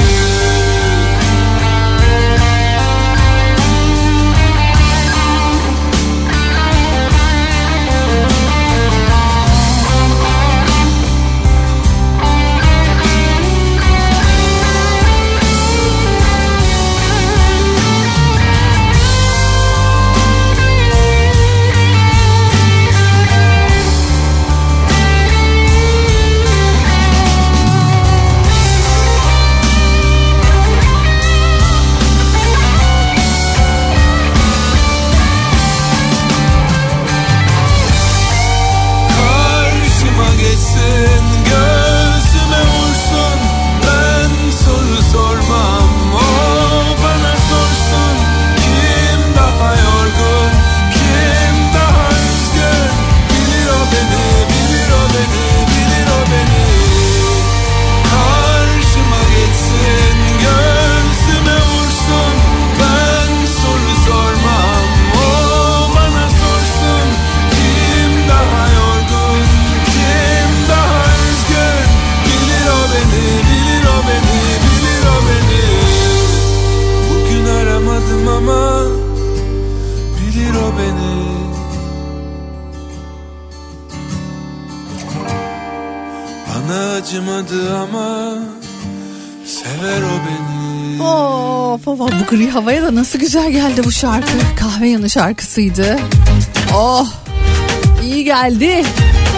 Acımadı ama sever o beni. Of, bu gri havaya da nasıl güzel geldi bu şarkı. Kahve yanı şarkısıydı. Oh, iyi geldi.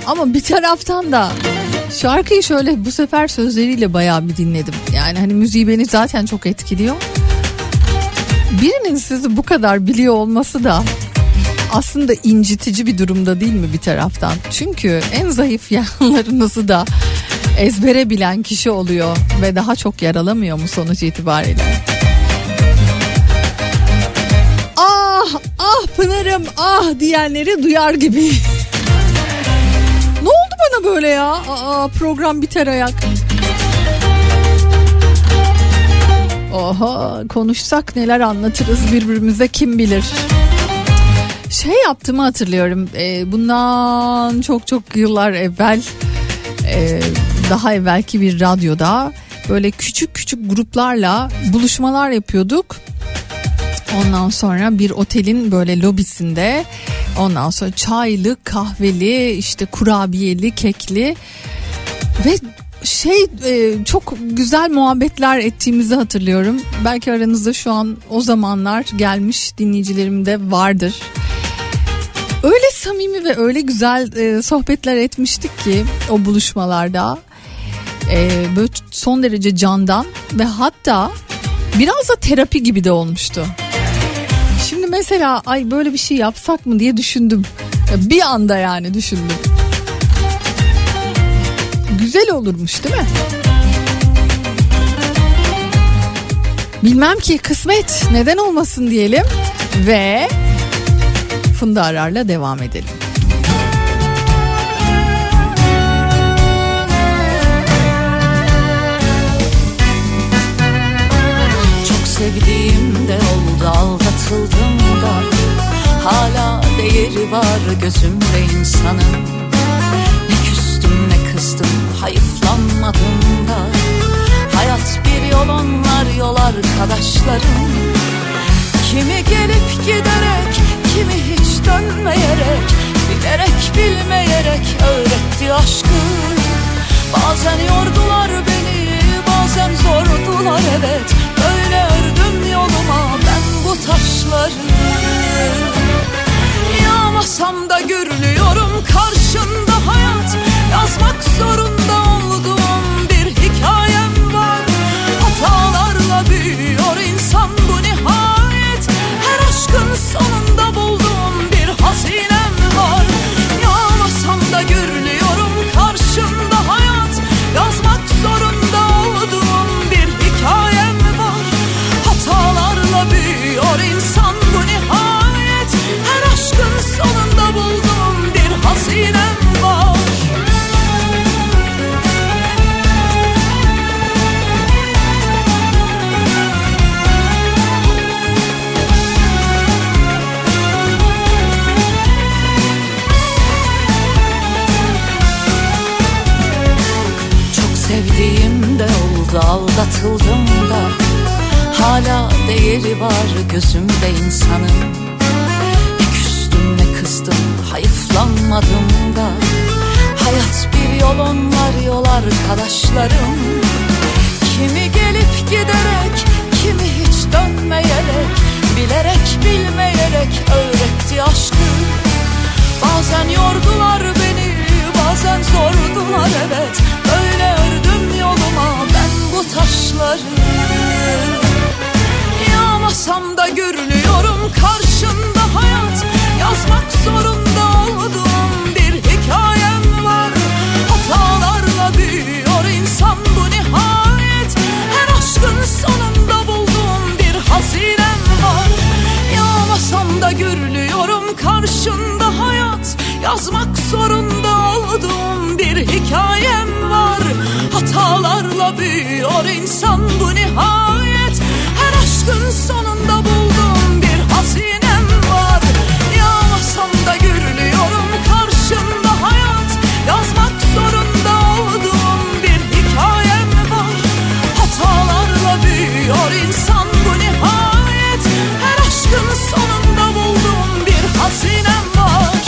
Ama bir taraftan da şarkıyı şöyle bu sefer sözleriyle bayağı bir dinledim. Yani hani müziği beni zaten çok etkiliyor. Birinin sizi bu kadar biliyor olması da aslında incitici bir durumda değil mi bir taraftan? Çünkü en zayıf yanlarınızı da ezbere bilen kişi oluyor ve daha çok yaralamıyor mu sonuç itibariyle? Ah Pınar'ım ah diyenleri duyar gibi. Ne oldu bana böyle ya? Program biter ayak. Oha, konuşsak neler anlatırız birbirimize kim bilir. Şey yaptığımı hatırlıyorum. Bundan çok yıllar evvel, daha evvelki bir radyoda böyle küçük gruplarla buluşmalar yapıyorduk. Ondan sonra bir otelin böyle lobisinde, ondan sonra çaylı, kahveli, işte kurabiyeli, kekli ve çok güzel muhabbetler ettiğimizi hatırlıyorum. Belki aranızda şu an o zamanlar gelmiş dinleyicilerim de vardır. Öyle samimi ve öyle güzel sohbetler etmiştik ki o buluşmalarda. Böyle son derece candan ve hatta biraz da terapi gibi de olmuştu. Şimdi mesela ay böyle bir şey yapsak mı diye düşündüm. Bir anda yani düşündüm. Güzel olurmuş değil mi? Bilmem ki, kısmet, neden olmasın diyelim ve Funda Arar'la devam edelim. Çok sevdiğim de oldu, aldatıldım da hala değeri var gözümde insanın. Ne küstüm ne kızdım, hayıflanmadım da hayat bir yol, onlar yol arkadaşlarım. Kimi gelip giderek, kimi hiç dönmeyerek, bilerek bilmeyerek öğretti aşkı. Bazen yordular beni, bazen zordular evet. Öyle ördüm yoluma ben bu taşları. Yağmasam da gürlüyorum karşında hayat. Yazmak zorunda olduğum bir hikayem var. Hatalarla büyüyor insan bu nihayet. Her aşkın sonunda bulduğum bir hazinem var. Yağmasam da gürlüyorum karşında hayat. Yazmak zorunda olduğum bir hikayem var. Hatalarla büyüyor insan bu nihayet. Her aşkın sonunda bulduğum bir hazinem var. Sevdiğim de oldu, aldatıldım da hala değeri var gözümde insanın. Ne küstüm ne kızdım, hayıflanmadım da hayat bir yol, onlar yol arkadaşlarım. Kimi gelip giderek, kimi hiç dönmeyerek, bilerek bilmeyerek öğretti aşkı. Bazen yordular beni, bazen zordular evet. Öyle ördüm yoluma ben bu taşları. Yağmasam da gürlüyorum karşında hayat. Yazmak zorunda olduğum bir hikayem var. Hatalarla büyüyor insan bu nihayet. Her aşkın sonunda bulduğum bir hazinem var. Yağmasam da gürlüyorum karşında hayat. Yazmak zorunda olduğum bir hikayem var. Hatalarla büyüyor insan bu nihayet. Her aşkın sonunda bulduğum bir hazinem var. Yağmasam da gürlüyorum karşında hayat. Yazmak zorunda olduğum bir hikayem var. Hatalarla büyüyor insan bu nihayet. Her aşkın sonunda bulduğum bir hazinem var.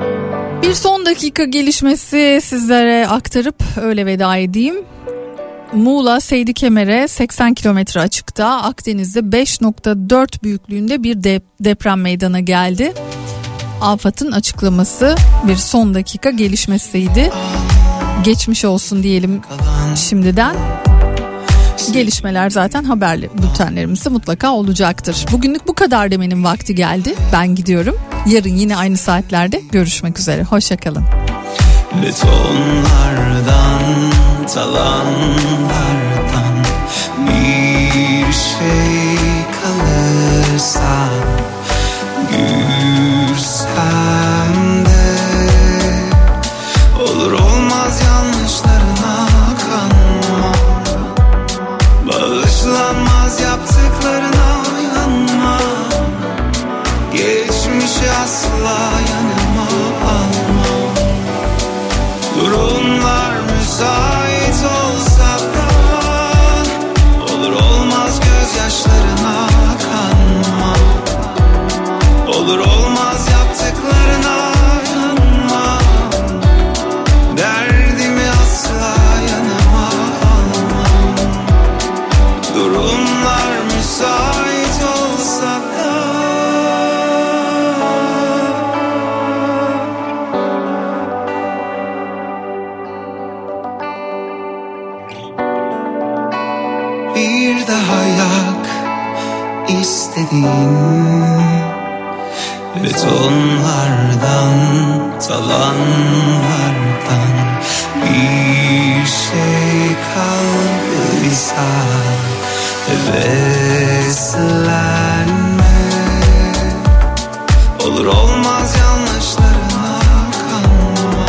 Bir son dakika gelişmesi sizlere aktarıp öyle veda edeyim. Muğla Seydi Kemer'e 80 kilometre açıkta Akdeniz'de 5.4 büyüklüğünde bir deprem meydana geldi. AFAD'ın açıklaması bir son dakika gelişmesiydi. Geçmiş olsun diyelim şimdiden. Gelişmeler zaten haber bültenlerimizde mutlaka olacaktır. Bugünlük bu kadar demenin vakti geldi. Ben gidiyorum. Yarın yine aynı saatlerde görüşmek üzere. Hoşça kalın. Betonlardan, talanlardan bir şey kalırsa gülsem de olur olmaz yanlışlarına kanma, bağışlanmaz yaptıklarına yanma, geçmişi asla yanıma alma. Durumlar müsait olsa da olur olmaz gözyaşlarına kanma, olur olmaz yaptıklarına yanma, derdimi asla yanıma alma. Durumlar müsait olsa da bir daha yak istediğin betonlardan, talanlardan bir şey kaldıysa heveslenme, olur olmaz yanlışlarına kanma,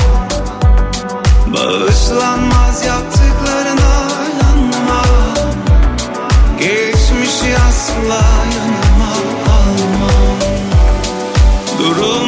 bağışlanmaz yaptıklarına yanma, geçmişi asla yanıma alma. Durum